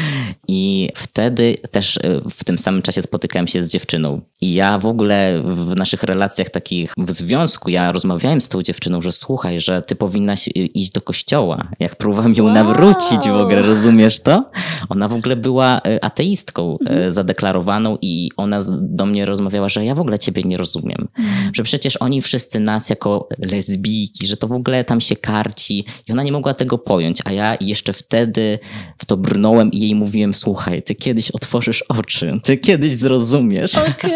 I wtedy też w tym samym czasie spotykałem się z dziewczyną. I ja w ogóle w naszych relacjach takich w związku, ja rozmawiałem z tą dziewczyną, że słuchaj, że ty powinnaś iść do kościoła. Jak próbowałem ją nawrócić w ogóle, rozumiesz to? Ona w ogóle była ateistką zadeklarowaną i ona do mnie rozmawiała, że ja w ogóle ciebie nie rozumiem. Że przecież oni wszyscy nas jako lesbijki, że to w ogóle tam się karci i ona nie mogła tego pojąć, a ja jeszcze wtedy w to brnąłem i jej mówiłem, słuchaj, ty kiedyś otworzysz oczy, ty kiedyś zrozumiesz.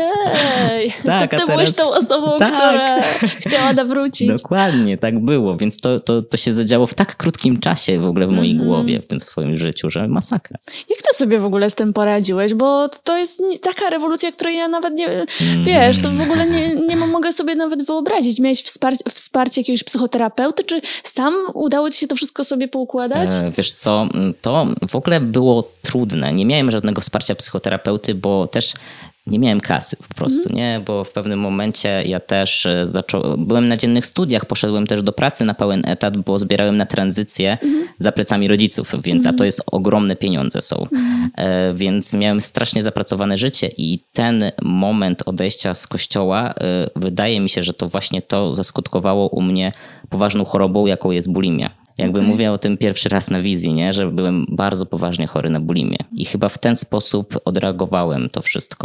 Okej. Tak, to ty byłeś tą osobą, która chciała nawrócić. Dokładnie, tak było, więc to się zadziało w tak krótkim czasie w ogóle w mojej głowie, w tym swoim życiu, że masakra. Jak ty sobie w ogóle z tym poradziłeś? Bo to jest taka rewolucja, której ja nawet nie... Wiesz, to w ogóle nie mogę sobie nawet wyobrazić. Miałeś wsparcie jakiegoś psychoterapeuty, czy sam udało ci się to wszystko sobie poukładać? Wiesz co, to w ogóle było trudne. Nie miałem żadnego wsparcia psychoterapeuty, bo też nie miałem kasy po prostu, nie? Bo w pewnym momencie ja też byłem na dziennych studiach, poszedłem też do pracy na pełen etat, bo zbierałem na tranzycję za plecami rodziców, więc a to jest ogromne pieniądze są. Więc miałem strasznie zapracowane życie i ten moment odejścia z kościoła, wydaje mi się, że to właśnie to zaskutkowało u mnie poważną chorobą, jaką jest bulimia. Jakby mówię o tym pierwszy raz na wizji, nie? Że byłem bardzo poważnie chory na bulimię. I chyba w ten sposób odreagowałem to wszystko.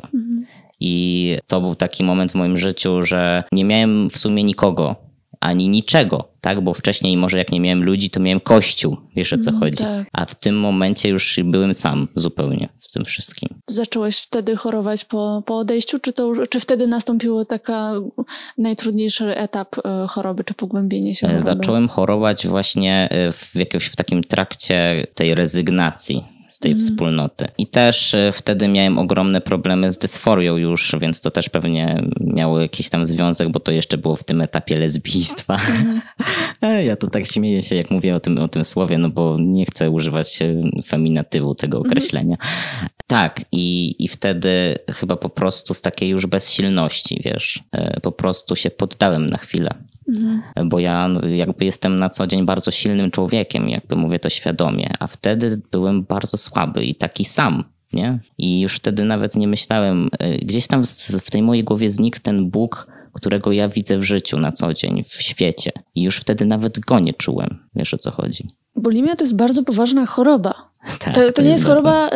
I to był taki moment w moim życiu, że nie miałem w sumie nikogo, ani niczego, tak? Bo wcześniej może jak nie miałem ludzi, to miałem Kościół, wiesz o co chodzi. Tak. A w tym momencie już byłem sam zupełnie w tym wszystkim. Zacząłeś wtedy chorować po odejściu, czy wtedy nastąpiło taka najtrudniejszy etap choroby, czy pogłębienie się choroby? Zacząłem chorować właśnie w takim trakcie tej rezygnacji z tej wspólnoty. I też wtedy miałem ogromne problemy z dysforią już, więc to też pewnie miało jakiś tam związek, bo to jeszcze było w tym etapie lesbijstwa. Ja to tak śmieję się, jak mówię o tym słowie, no bo nie chcę używać feminatywu tego określenia. Tak, i wtedy chyba po prostu z takiej już bezsilności, wiesz, po prostu się poddałem na chwilę. Bo ja jakby jestem na co dzień bardzo silnym człowiekiem, jakby mówię to świadomie, a wtedy byłem bardzo słaby i taki sam. nie? I już wtedy nawet nie myślałem, gdzieś tam w tej mojej głowie znikł ten Bóg, którego ja widzę w życiu na co dzień, w świecie. I już wtedy nawet go nie czułem. Wiesz, o co chodzi. Bulimia to jest bardzo poważna choroba. Tak, to nie jest choroba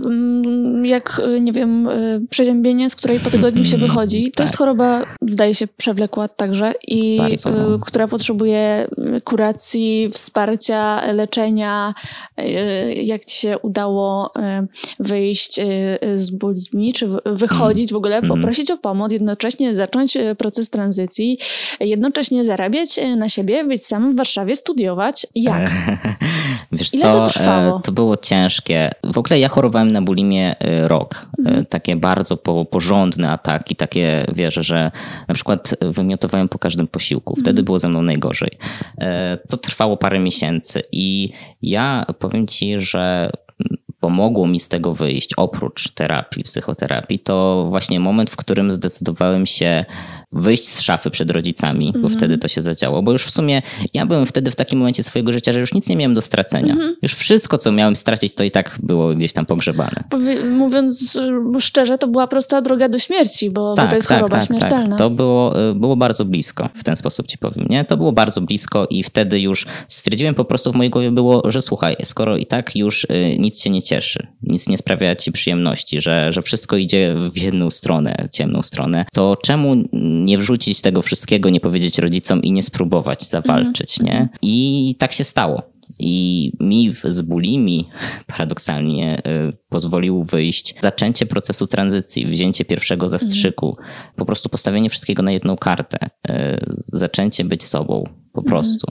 jak, nie wiem, przeziębienie, z której po tygodniu się wychodzi. To jest choroba, zdaje się, przewlekła także i która potrzebuje kuracji, wsparcia, leczenia. Jak ci się udało wyjść z bulimii, czy wychodzić w ogóle, poprosić o pomoc, jednocześnie zacząć proces tranzycji, jednocześnie zarabiać na siebie, być sam w Warszawie, studiować. Jak? Wiesz Ile co, to trwało? to było ciężkie. W ogóle ja chorowałem na bulimię rok. Takie bardzo porządne ataki, takie, wiesz, że na przykład wymiotowałem po każdym posiłku. Wtedy było ze mną najgorzej. To trwało parę miesięcy i ja powiem ci, że pomogło mi z tego wyjść, oprócz terapii, psychoterapii, to właśnie moment, w którym zdecydowałem się wyjść z szafy przed rodzicami, bo wtedy to się zadziało. Bo już w sumie ja byłem wtedy w takim momencie swojego życia, że już nic nie miałem do stracenia. Już wszystko, co miałem stracić, to i tak było gdzieś tam pogrzebane. Mówiąc szczerze, to była prosta droga do śmierci, bo to jest choroba śmiertelna. To było bardzo blisko, w ten sposób ci powiem. Nie? To było bardzo blisko i wtedy już stwierdziłem po prostu w mojej głowie było, że słuchaj, skoro i tak już nic cię nie cieszy, nic nie sprawia ci przyjemności, że wszystko idzie w jedną stronę, ciemną stronę, to czemu nie wrzucić tego wszystkiego, nie powiedzieć rodzicom i nie spróbować zawalczyć, nie? I tak się stało. I mi z bulimii paradoksalnie pozwolił wyjść zaczęcie procesu tranzycji, wzięcie pierwszego zastrzyku, po prostu postawienie wszystkiego na jedną kartę, zaczęcie być sobą po prostu.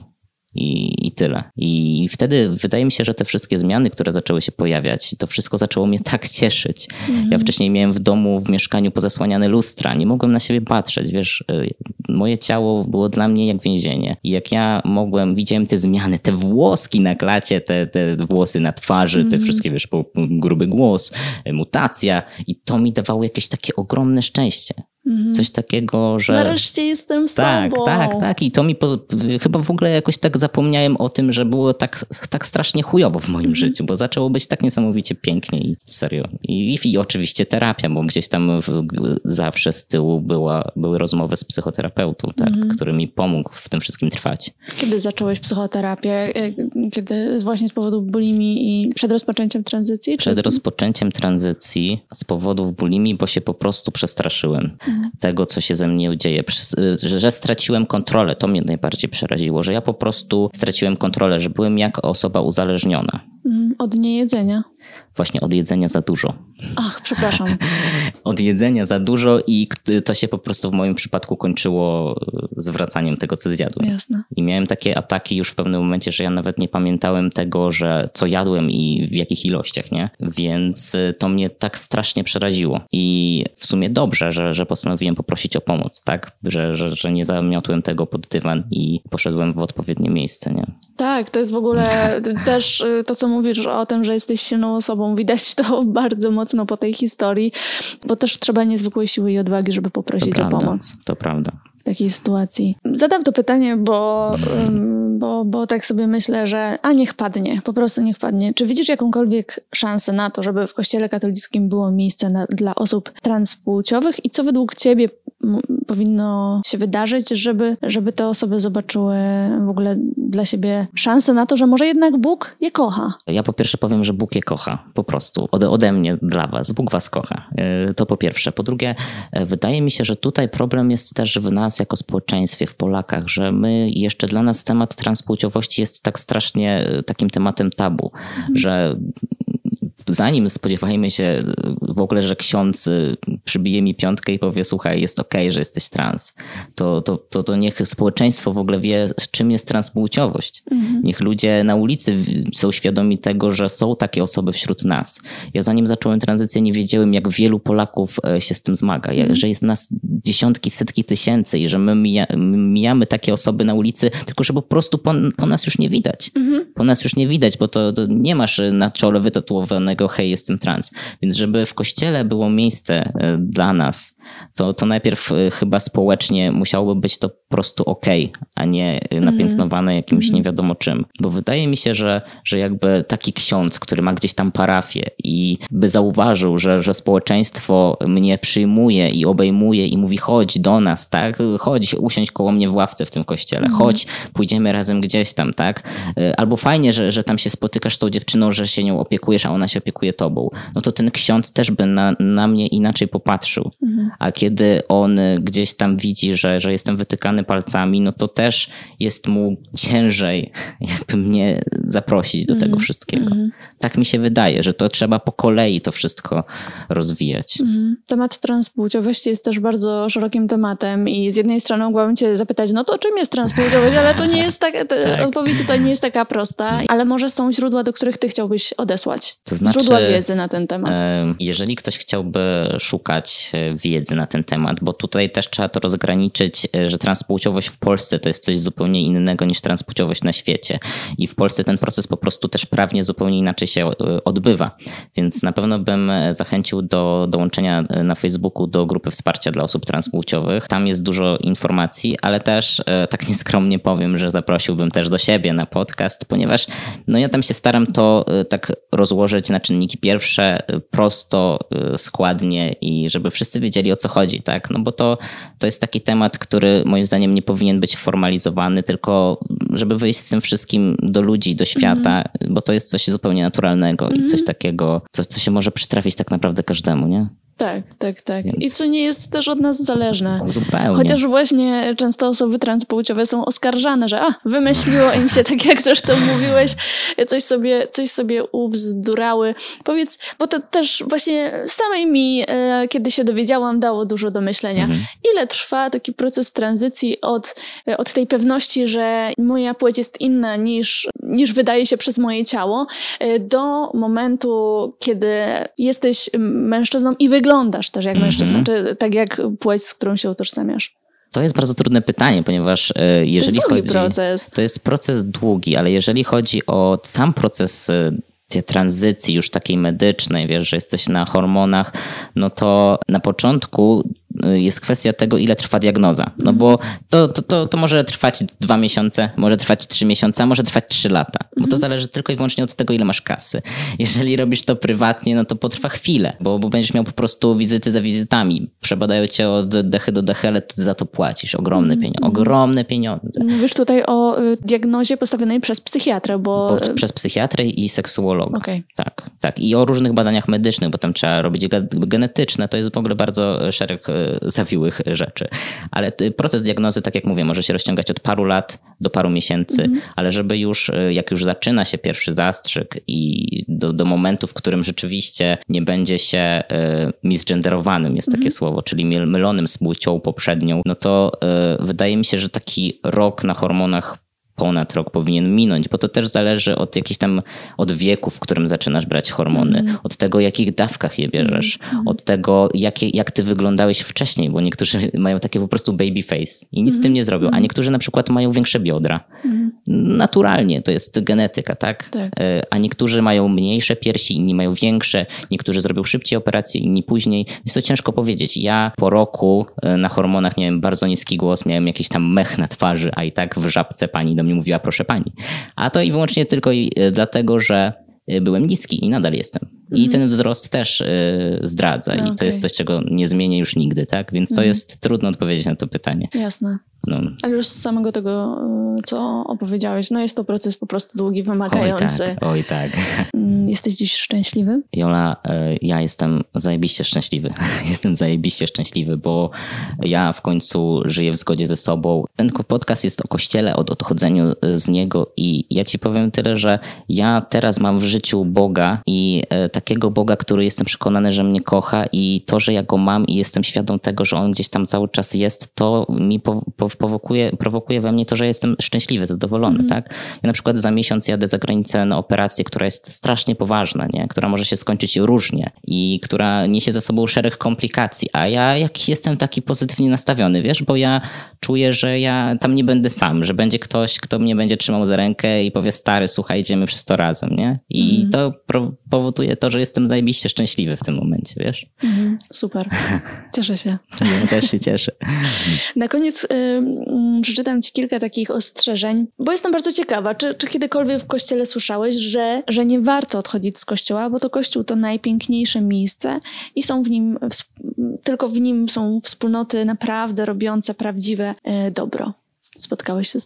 I tyle. I wtedy wydaje mi się, że te wszystkie zmiany, które zaczęły się pojawiać, to wszystko zaczęło mnie tak cieszyć. Ja wcześniej miałem w domu, w mieszkaniu pozasłaniane lustra. Nie mogłem na siebie patrzeć, wiesz. Moje ciało było dla mnie jak więzienie. I jak ja widziałem te zmiany, te włoski na klacie, te włosy na twarzy, te wszystkie, wiesz, gruby głos, mutacja. I to mi dawało jakieś takie ogromne szczęście. Coś takiego, że... Nareszcie jestem sobą. Tak. I to mi chyba w ogóle jakoś tak zapomniałem o tym, że było tak strasznie chujowo w moim życiu, bo zaczęło być tak niesamowicie pięknie i serio. I oczywiście terapia, bo gdzieś tam zawsze z tyłu były rozmowy z psychoterapeutą, który mi pomógł w tym wszystkim trwać. Kiedy zacząłeś psychoterapię? Kiedy właśnie z powodu bulimii i przed rozpoczęciem tranzycji? Przed rozpoczęciem tranzycji z powodów bulimii, bo się po prostu przestraszyłem tego, co się ze mnie dzieje, że straciłem kontrolę. To mnie najbardziej przeraziło, że ja po prostu straciłem kontrolę, że byłem jak osoba uzależniona. Od niejedzenia? Właśnie od jedzenia za dużo. Ach, przepraszam. Od jedzenia za dużo i to się po prostu w moim przypadku kończyło zwracaniem tego, co zjadłem. Jasne. I miałem takie ataki już w pewnym momencie, że ja nawet nie pamiętałem tego, że co jadłem i w jakich ilościach, nie? Więc to mnie tak strasznie przeraziło. I w sumie dobrze, że postanowiłem poprosić o pomoc, tak? Że nie zamiotłem tego pod dywan i poszedłem w odpowiednie miejsce, nie? Tak, to jest w ogóle też to, co mówisz o tym, że jesteś silną osobą. Widać to bardzo mocno po tej historii, bo też trzeba niezwykłej siły i odwagi, żeby poprosić o pomoc. To prawda. W takiej sytuacji. Zadam to pytanie, bo tak sobie myślę, że niech padnie, po prostu niech padnie. Czy widzisz jakąkolwiek szansę na to, żeby w Kościele katolickim było miejsce dla osób transpłciowych i co według ciebie powinno się wydarzyć, żeby te osoby zobaczyły w ogóle dla siebie szansę na to, że może jednak Bóg je kocha? Ja po pierwsze powiem, że Bóg je kocha. Po prostu. Ode mnie dla was. Bóg was kocha. To po pierwsze. Po drugie, wydaje mi się, że tutaj problem jest też w nas jako społeczeństwie, w Polakach, że my jeszcze dla nas temat transpłciowości jest tak strasznie takim tematem tabu, że zanim spodziewajmy się w ogóle, że ksiądz przybije mi piątkę i powie, słuchaj, jest okej, że jesteś trans, to niech społeczeństwo w ogóle wie, czym jest transpłciowość. Niech ludzie na ulicy są świadomi tego, że są takie osoby wśród nas. Ja zanim zacząłem tranzycję, nie wiedziałem, jak wielu Polaków się z tym zmaga, że jest nas dziesiątki, setki tysięcy i że my mijamy takie osoby na ulicy, tylko że po prostu po nas już nie widać. Po nas już nie widać, bo to nie masz na czole wytatuowanego hej, jestem trans. Więc żeby w kościele było miejsce dla nas, to najpierw chyba społecznie musiałoby być to po prostu okej, a nie napiętnowane jakimś nie wiadomo czym. Bo wydaje mi się, że jakby taki ksiądz, który ma gdzieś tam parafię i by zauważył, że społeczeństwo mnie przyjmuje i obejmuje i mówi chodź do nas, tak? Chodź, usiądź koło mnie w ławce w tym kościele, chodź, pójdziemy razem gdzieś tam, tak? Albo fajnie, że tam się spotykasz z tą dziewczyną, że się nią opiekujesz, a ona się opiekuje tobą. No to ten ksiądz też by na mnie inaczej popatrzył. A kiedy on gdzieś tam widzi, że jestem wytykany palcami, no to też jest mu ciężej jakby mnie zaprosić do tego wszystkiego. Tak mi się wydaje, że to trzeba po kolei to wszystko rozwijać. Temat transpłciowości jest też bardzo szerokim tematem i z jednej strony mogłabym cię zapytać, no to czym jest transpłciowość, ale to nie jest tak, odpowiedź tutaj nie jest taka prosta, ale może są źródła, do których ty chciałbyś odesłać. To znaczy, źródła wiedzy na ten temat. Jeżeli ktoś chciałby szukać wiedzy na ten temat, bo tutaj też trzeba to rozgraniczyć, że transpłciowość w Polsce to jest coś zupełnie innego niż transpłciowość na świecie. I w Polsce ten proces po prostu też prawnie zupełnie inaczej się odbywa. Więc na pewno bym zachęcił do dołączenia na Facebooku do grupy wsparcia dla osób transpłciowych. Tam jest dużo informacji, ale też tak nieskromnie powiem, że zaprosiłbym też do siebie na podcast, ponieważ no ja tam się staram to tak rozłożyć na czynniki pierwsze, prosto, składnie i żeby wszyscy wiedzieli, o co chodzi, tak? No bo to jest taki temat, który moim zdaniem nie powinien być formalizowany, tylko żeby wyjść z tym wszystkim do ludzi, do świata, bo to jest coś zupełnie naturalnego i coś takiego, co się może przytrafić tak naprawdę każdemu, nie? Tak. Więc... I co nie jest też od nas zależne. Zupełnie. Chociaż właśnie często osoby transpłciowe są oskarżane, że wymyśliło im się, tak jak zresztą mówiłeś, coś sobie ubzdurały. Powiedz, bo to też właśnie samej mi, kiedy się dowiedziałam, dało dużo do myślenia. Ile trwa taki proces tranzycji od tej pewności, że moja płeć jest inna niż wydaje się przez moje ciało, do momentu, kiedy jesteś mężczyzną i wyglądasz też jak mężczyzna, czy tak jak płeć, z którą się utożsamiasz? To jest bardzo trudne pytanie, ponieważ jeżeli to jest proces. To jest proces długi, ale jeżeli chodzi o sam proces tej tranzycji już takiej medycznej, wiesz, że jesteś na hormonach, no to na początku jest kwestia tego, ile trwa diagnoza. No bo to może trwać 2 miesiące, może trwać 3 miesiące, a może trwać 3 lata. Bo to zależy tylko i wyłącznie od tego, ile masz kasy. Jeżeli robisz to prywatnie, no to potrwa chwilę, bo będziesz miał po prostu wizyty za wizytami. Przebadają cię od dechy do dechy, ale ty za to płacisz ogromne pieniądze. Ogromne pieniądze. Mówisz tutaj o diagnozie postawionej przez psychiatrę, bo przez psychiatrę i seksuologa. Okay. Tak. I o różnych badaniach medycznych, bo tam trzeba robić genetyczne. To jest w ogóle bardzo szereg zawiłych rzeczy. Ale proces diagnozy, tak jak mówię, może się rozciągać od paru lat do paru miesięcy, ale żeby jak już zaczyna się pierwszy zastrzyk i do momentu, w którym rzeczywiście nie będzie się misgenderowanym, jest takie słowo, czyli mylonym z płcią poprzednią, no to wydaje mi się, że taki rok na hormonach, ponad rok powinien minąć, bo to też zależy od wieku, w którym zaczynasz brać hormony, od tego, jakich dawkach je bierzesz, od tego, jak ty wyglądałeś wcześniej, bo niektórzy mają takie po prostu baby face i nic z tym nie zrobią, a niektórzy na przykład mają większe biodra. Naturalnie, to jest genetyka, tak? A niektórzy mają mniejsze piersi, inni mają większe, niektórzy zrobią szybciej operację, inni później. Jest to ciężko powiedzieć. Ja po roku na hormonach miałem bardzo niski głos, miałem jakiś tam mech na twarzy, a i tak w Żabce pani do mnie mówiła proszę pani. A to i wyłącznie tylko dlatego, że byłem niski i nadal jestem. I ten wzrost też zdradza. I to jest coś, czego nie zmienię już nigdy, tak? Więc to jest trudno odpowiedzieć na to pytanie. Jasne. No. Ale już z samego tego, co opowiedziałeś, no jest to proces po prostu długi, wymagający. Oj tak. Jesteś dziś szczęśliwy? Jola, ja jestem zajebiście szczęśliwy. Jestem zajebiście szczęśliwy, bo ja w końcu żyję w zgodzie ze sobą. Ten podcast jest o Kościele, o odchodzeniu z niego i ja ci powiem tyle, że ja teraz mam w życiu Boga i takiego Boga, który jestem przekonany, że mnie kocha i to, że ja go mam i jestem świadom tego, że on gdzieś tam cały czas jest, to mi prowokuje we mnie to, że jestem szczęśliwy, zadowolony, tak? Ja na przykład za miesiąc jadę za granicę na operację, która jest strasznie poważna, nie? Która może się skończyć różnie i która niesie za sobą szereg komplikacji, a ja jakiś jestem taki pozytywnie nastawiony, wiesz, bo ja czuję, że ja tam nie będę sam, że będzie ktoś, kto mnie będzie trzymał za rękę i powie stary, słuchaj, idziemy przez to razem, nie? I to powoduje to, że jestem zajebiście szczęśliwy w tym momencie, wiesz? Super. Cieszę się. Ja też się cieszę. Na koniec przeczytam ci kilka takich ostrzeżeń, bo jestem bardzo ciekawa, czy kiedykolwiek w kościele słyszałeś, że nie warto odchodzić z kościoła, bo to kościół to najpiękniejsze miejsce i są w nim, tylko w nim są wspólnoty naprawdę robiące prawdziwe dobro. Spotkałeś się z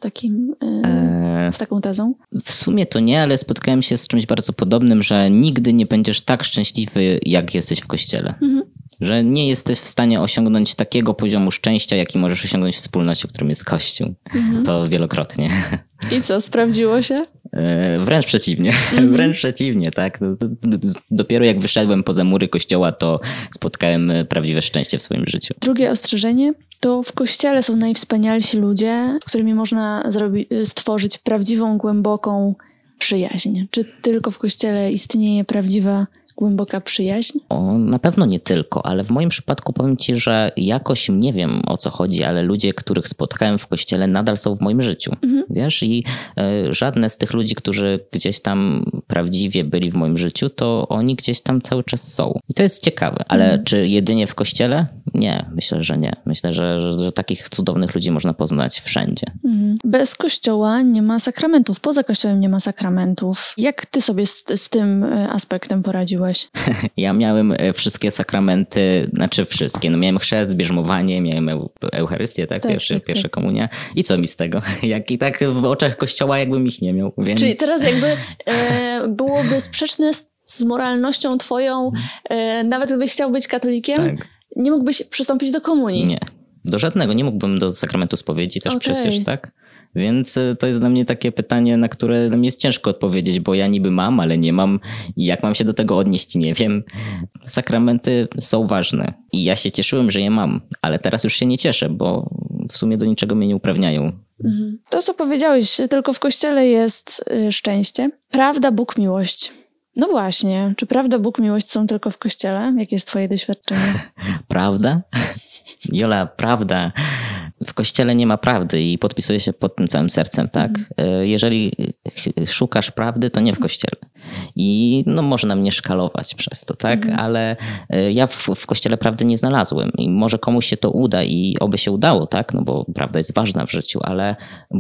taką tezą? W sumie to nie, ale spotkałem się z czymś bardzo podobnym, że nigdy nie będziesz tak szczęśliwy, jak jesteś w kościele. Że nie jesteś w stanie osiągnąć takiego poziomu szczęścia, jaki możesz osiągnąć w wspólnocie, którym jest Kościół. To wielokrotnie. I co, sprawdziło się? Wręcz przeciwnie. Wręcz przeciwnie, tak. Dopiero jak wyszedłem poza mury kościoła, to spotkałem prawdziwe szczęście w swoim życiu. Drugie ostrzeżenie to w kościele są najwspanialsi ludzie, z którymi można stworzyć prawdziwą, głęboką przyjaźń. Czy tylko w kościele istnieje prawdziwa, głęboka przyjaźń? Na pewno nie tylko, ale w moim przypadku powiem ci, że jakoś nie wiem, o co chodzi, ale ludzie, których spotkałem w kościele, nadal są w moim życiu. Wiesz, i żadne z tych ludzi, którzy gdzieś tam prawdziwie byli w moim życiu, to oni gdzieś tam cały czas są. I to jest ciekawe, ale czy jedynie w kościele? Nie, myślę, że nie. Myślę, że takich cudownych ludzi można poznać wszędzie. Bez kościoła nie ma sakramentów. Poza kościołem nie ma sakramentów. Jak ty sobie z tym aspektem poradziłeś? Ja miałem wszystkie sakramenty, znaczy wszystkie. No miałem chrzest, bierzmowanie, miałem Eucharystię, tak? Pierwsza komunia. I co mi z tego? Jak i tak w oczach kościoła jakbym ich nie miał. Więc... Czyli teraz jakby byłoby sprzeczne z moralnością twoją, nawet gdybyś chciał być katolikiem, tak. Nie mógłbyś przystąpić do komunii. Nie, do żadnego. Nie mógłbym do sakramentu spowiedzi też przecież, tak? Więc to jest dla mnie takie pytanie, na które mi jest ciężko odpowiedzieć, bo ja niby mam, ale nie mam i jak mam się do tego odnieść, nie wiem. Sakramenty są ważne i ja się cieszyłem, że je mam, ale teraz już się nie cieszę, bo w sumie do niczego mnie nie uprawniają. To, co powiedziałeś, tylko w kościele jest szczęście. Prawda, Bóg, miłość. No właśnie, czy prawda, Bóg, miłość są tylko w kościele? Jakie jest twoje doświadczenie? Prawda? Jola, prawda. W kościele nie ma prawdy i podpisuję się pod tym całym sercem, tak? Jeżeli szukasz prawdy, to nie w kościele. I no można mnie szkalować przez to, tak? Ale ja w kościele prawdy nie znalazłem i może komuś się to uda i oby się udało, tak? No bo prawda jest ważna w życiu, ale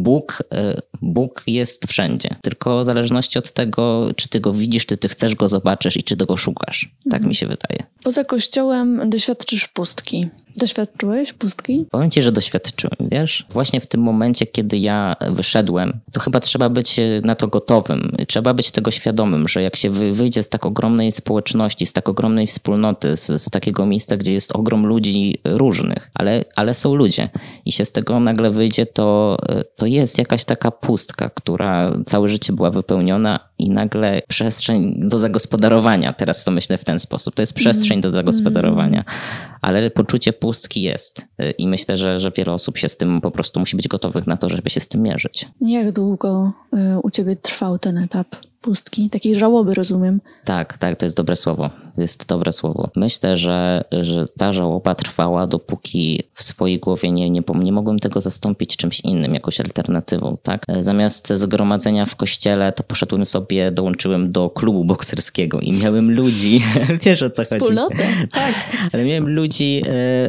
Bóg jest wszędzie. Tylko w zależności od tego, czy ty go widzisz, czy ty chcesz go zobaczysz i czy tego szukasz. Tak mi się wydaje. Poza kościołem doświadczysz pustki. Doświadczyłeś pustki? Powiem ci, że doświadczyłem, wiesz? Właśnie w tym momencie, kiedy ja wyszedłem, to chyba trzeba być na to gotowym. Trzeba być tego świadomym, że jak się wyjdzie z tak ogromnej społeczności, z tak ogromnej wspólnoty, z takiego miejsca, gdzie jest ogrom ludzi różnych, ale są ludzie i się z tego nagle wyjdzie, to jest jakaś taka pustka, która całe życie była wypełniona i nagle przestrzeń do zagospodarowania. Teraz to myślę w ten sposób. To jest przestrzeń do zagospodarowania, ale poczucie pustki jest i myślę, że wiele osób się z tym po prostu musi być gotowych na to, żeby się z tym mierzyć. Jak długo u ciebie trwał ten etap pustki? Takiej żałoby, rozumiem. Tak, to jest dobre słowo. To jest dobre słowo. Myślę, że ta żałoba trwała, dopóki w swojej głowie nie mogłem tego zastąpić czymś innym, jakąś alternatywą, tak? Zamiast zgromadzenia w kościele, to poszedłem sobie, dołączyłem do klubu bokserskiego i miałem ludzi, wiesz o co chodzi? Wspólnotę. Tak, ale miałem ludzi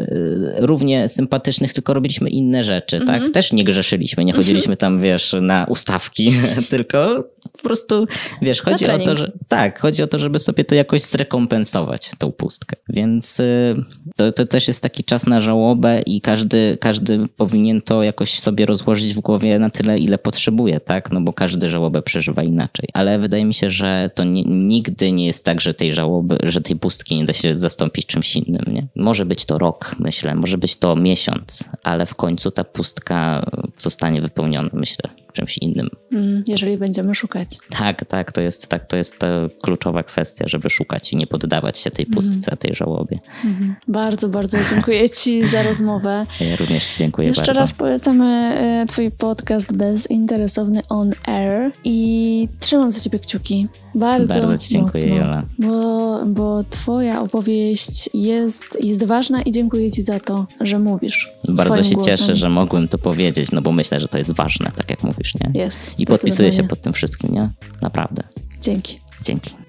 równie sympatycznych, tylko robiliśmy inne rzeczy, tak? Też nie grzeszyliśmy, nie chodziliśmy tam, wiesz, na ustawki, tylko po prostu, wiesz, chodzi o to, żeby sobie to jakoś zrekompensować, tą pustkę. Więc to też jest taki czas na żałobę i każdy powinien to jakoś sobie rozłożyć w głowie na tyle, ile potrzebuje, tak? No bo każdy żałobę przeżywa inaczej. Ale wydaje mi się, że to nigdy nie jest tak, że tej żałoby, że tej pustki nie da się zastąpić czymś innym, nie? Może być to rok, myślę, może być to miesiąc, ale w końcu ta pustka zostanie wypełniona, myślę, czymś innym. Jeżeli będziemy szukać. Tak, to jest ta kluczowa kwestia, żeby szukać i nie poddawać się tej pustce, tej żałobie. Bardzo, bardzo dziękuję ci za rozmowę. Ja również ci dziękuję Jeszcze bardzo. raz polecamy twój podcast Bezinteresowny on Air i trzymam za ciebie kciuki. Bardzo ci dziękuję, mocno, Jola. bo twoja opowieść jest ważna i dziękuję ci za to, że mówisz. Bardzo się głosem. cieszę, że mogłem to powiedzieć, no bo myślę, że to jest ważne, tak jak mówisz, nie? Jest. I podpisuję się pod tym wszystkim, nie? Naprawdę. Dzięki. Dzięki.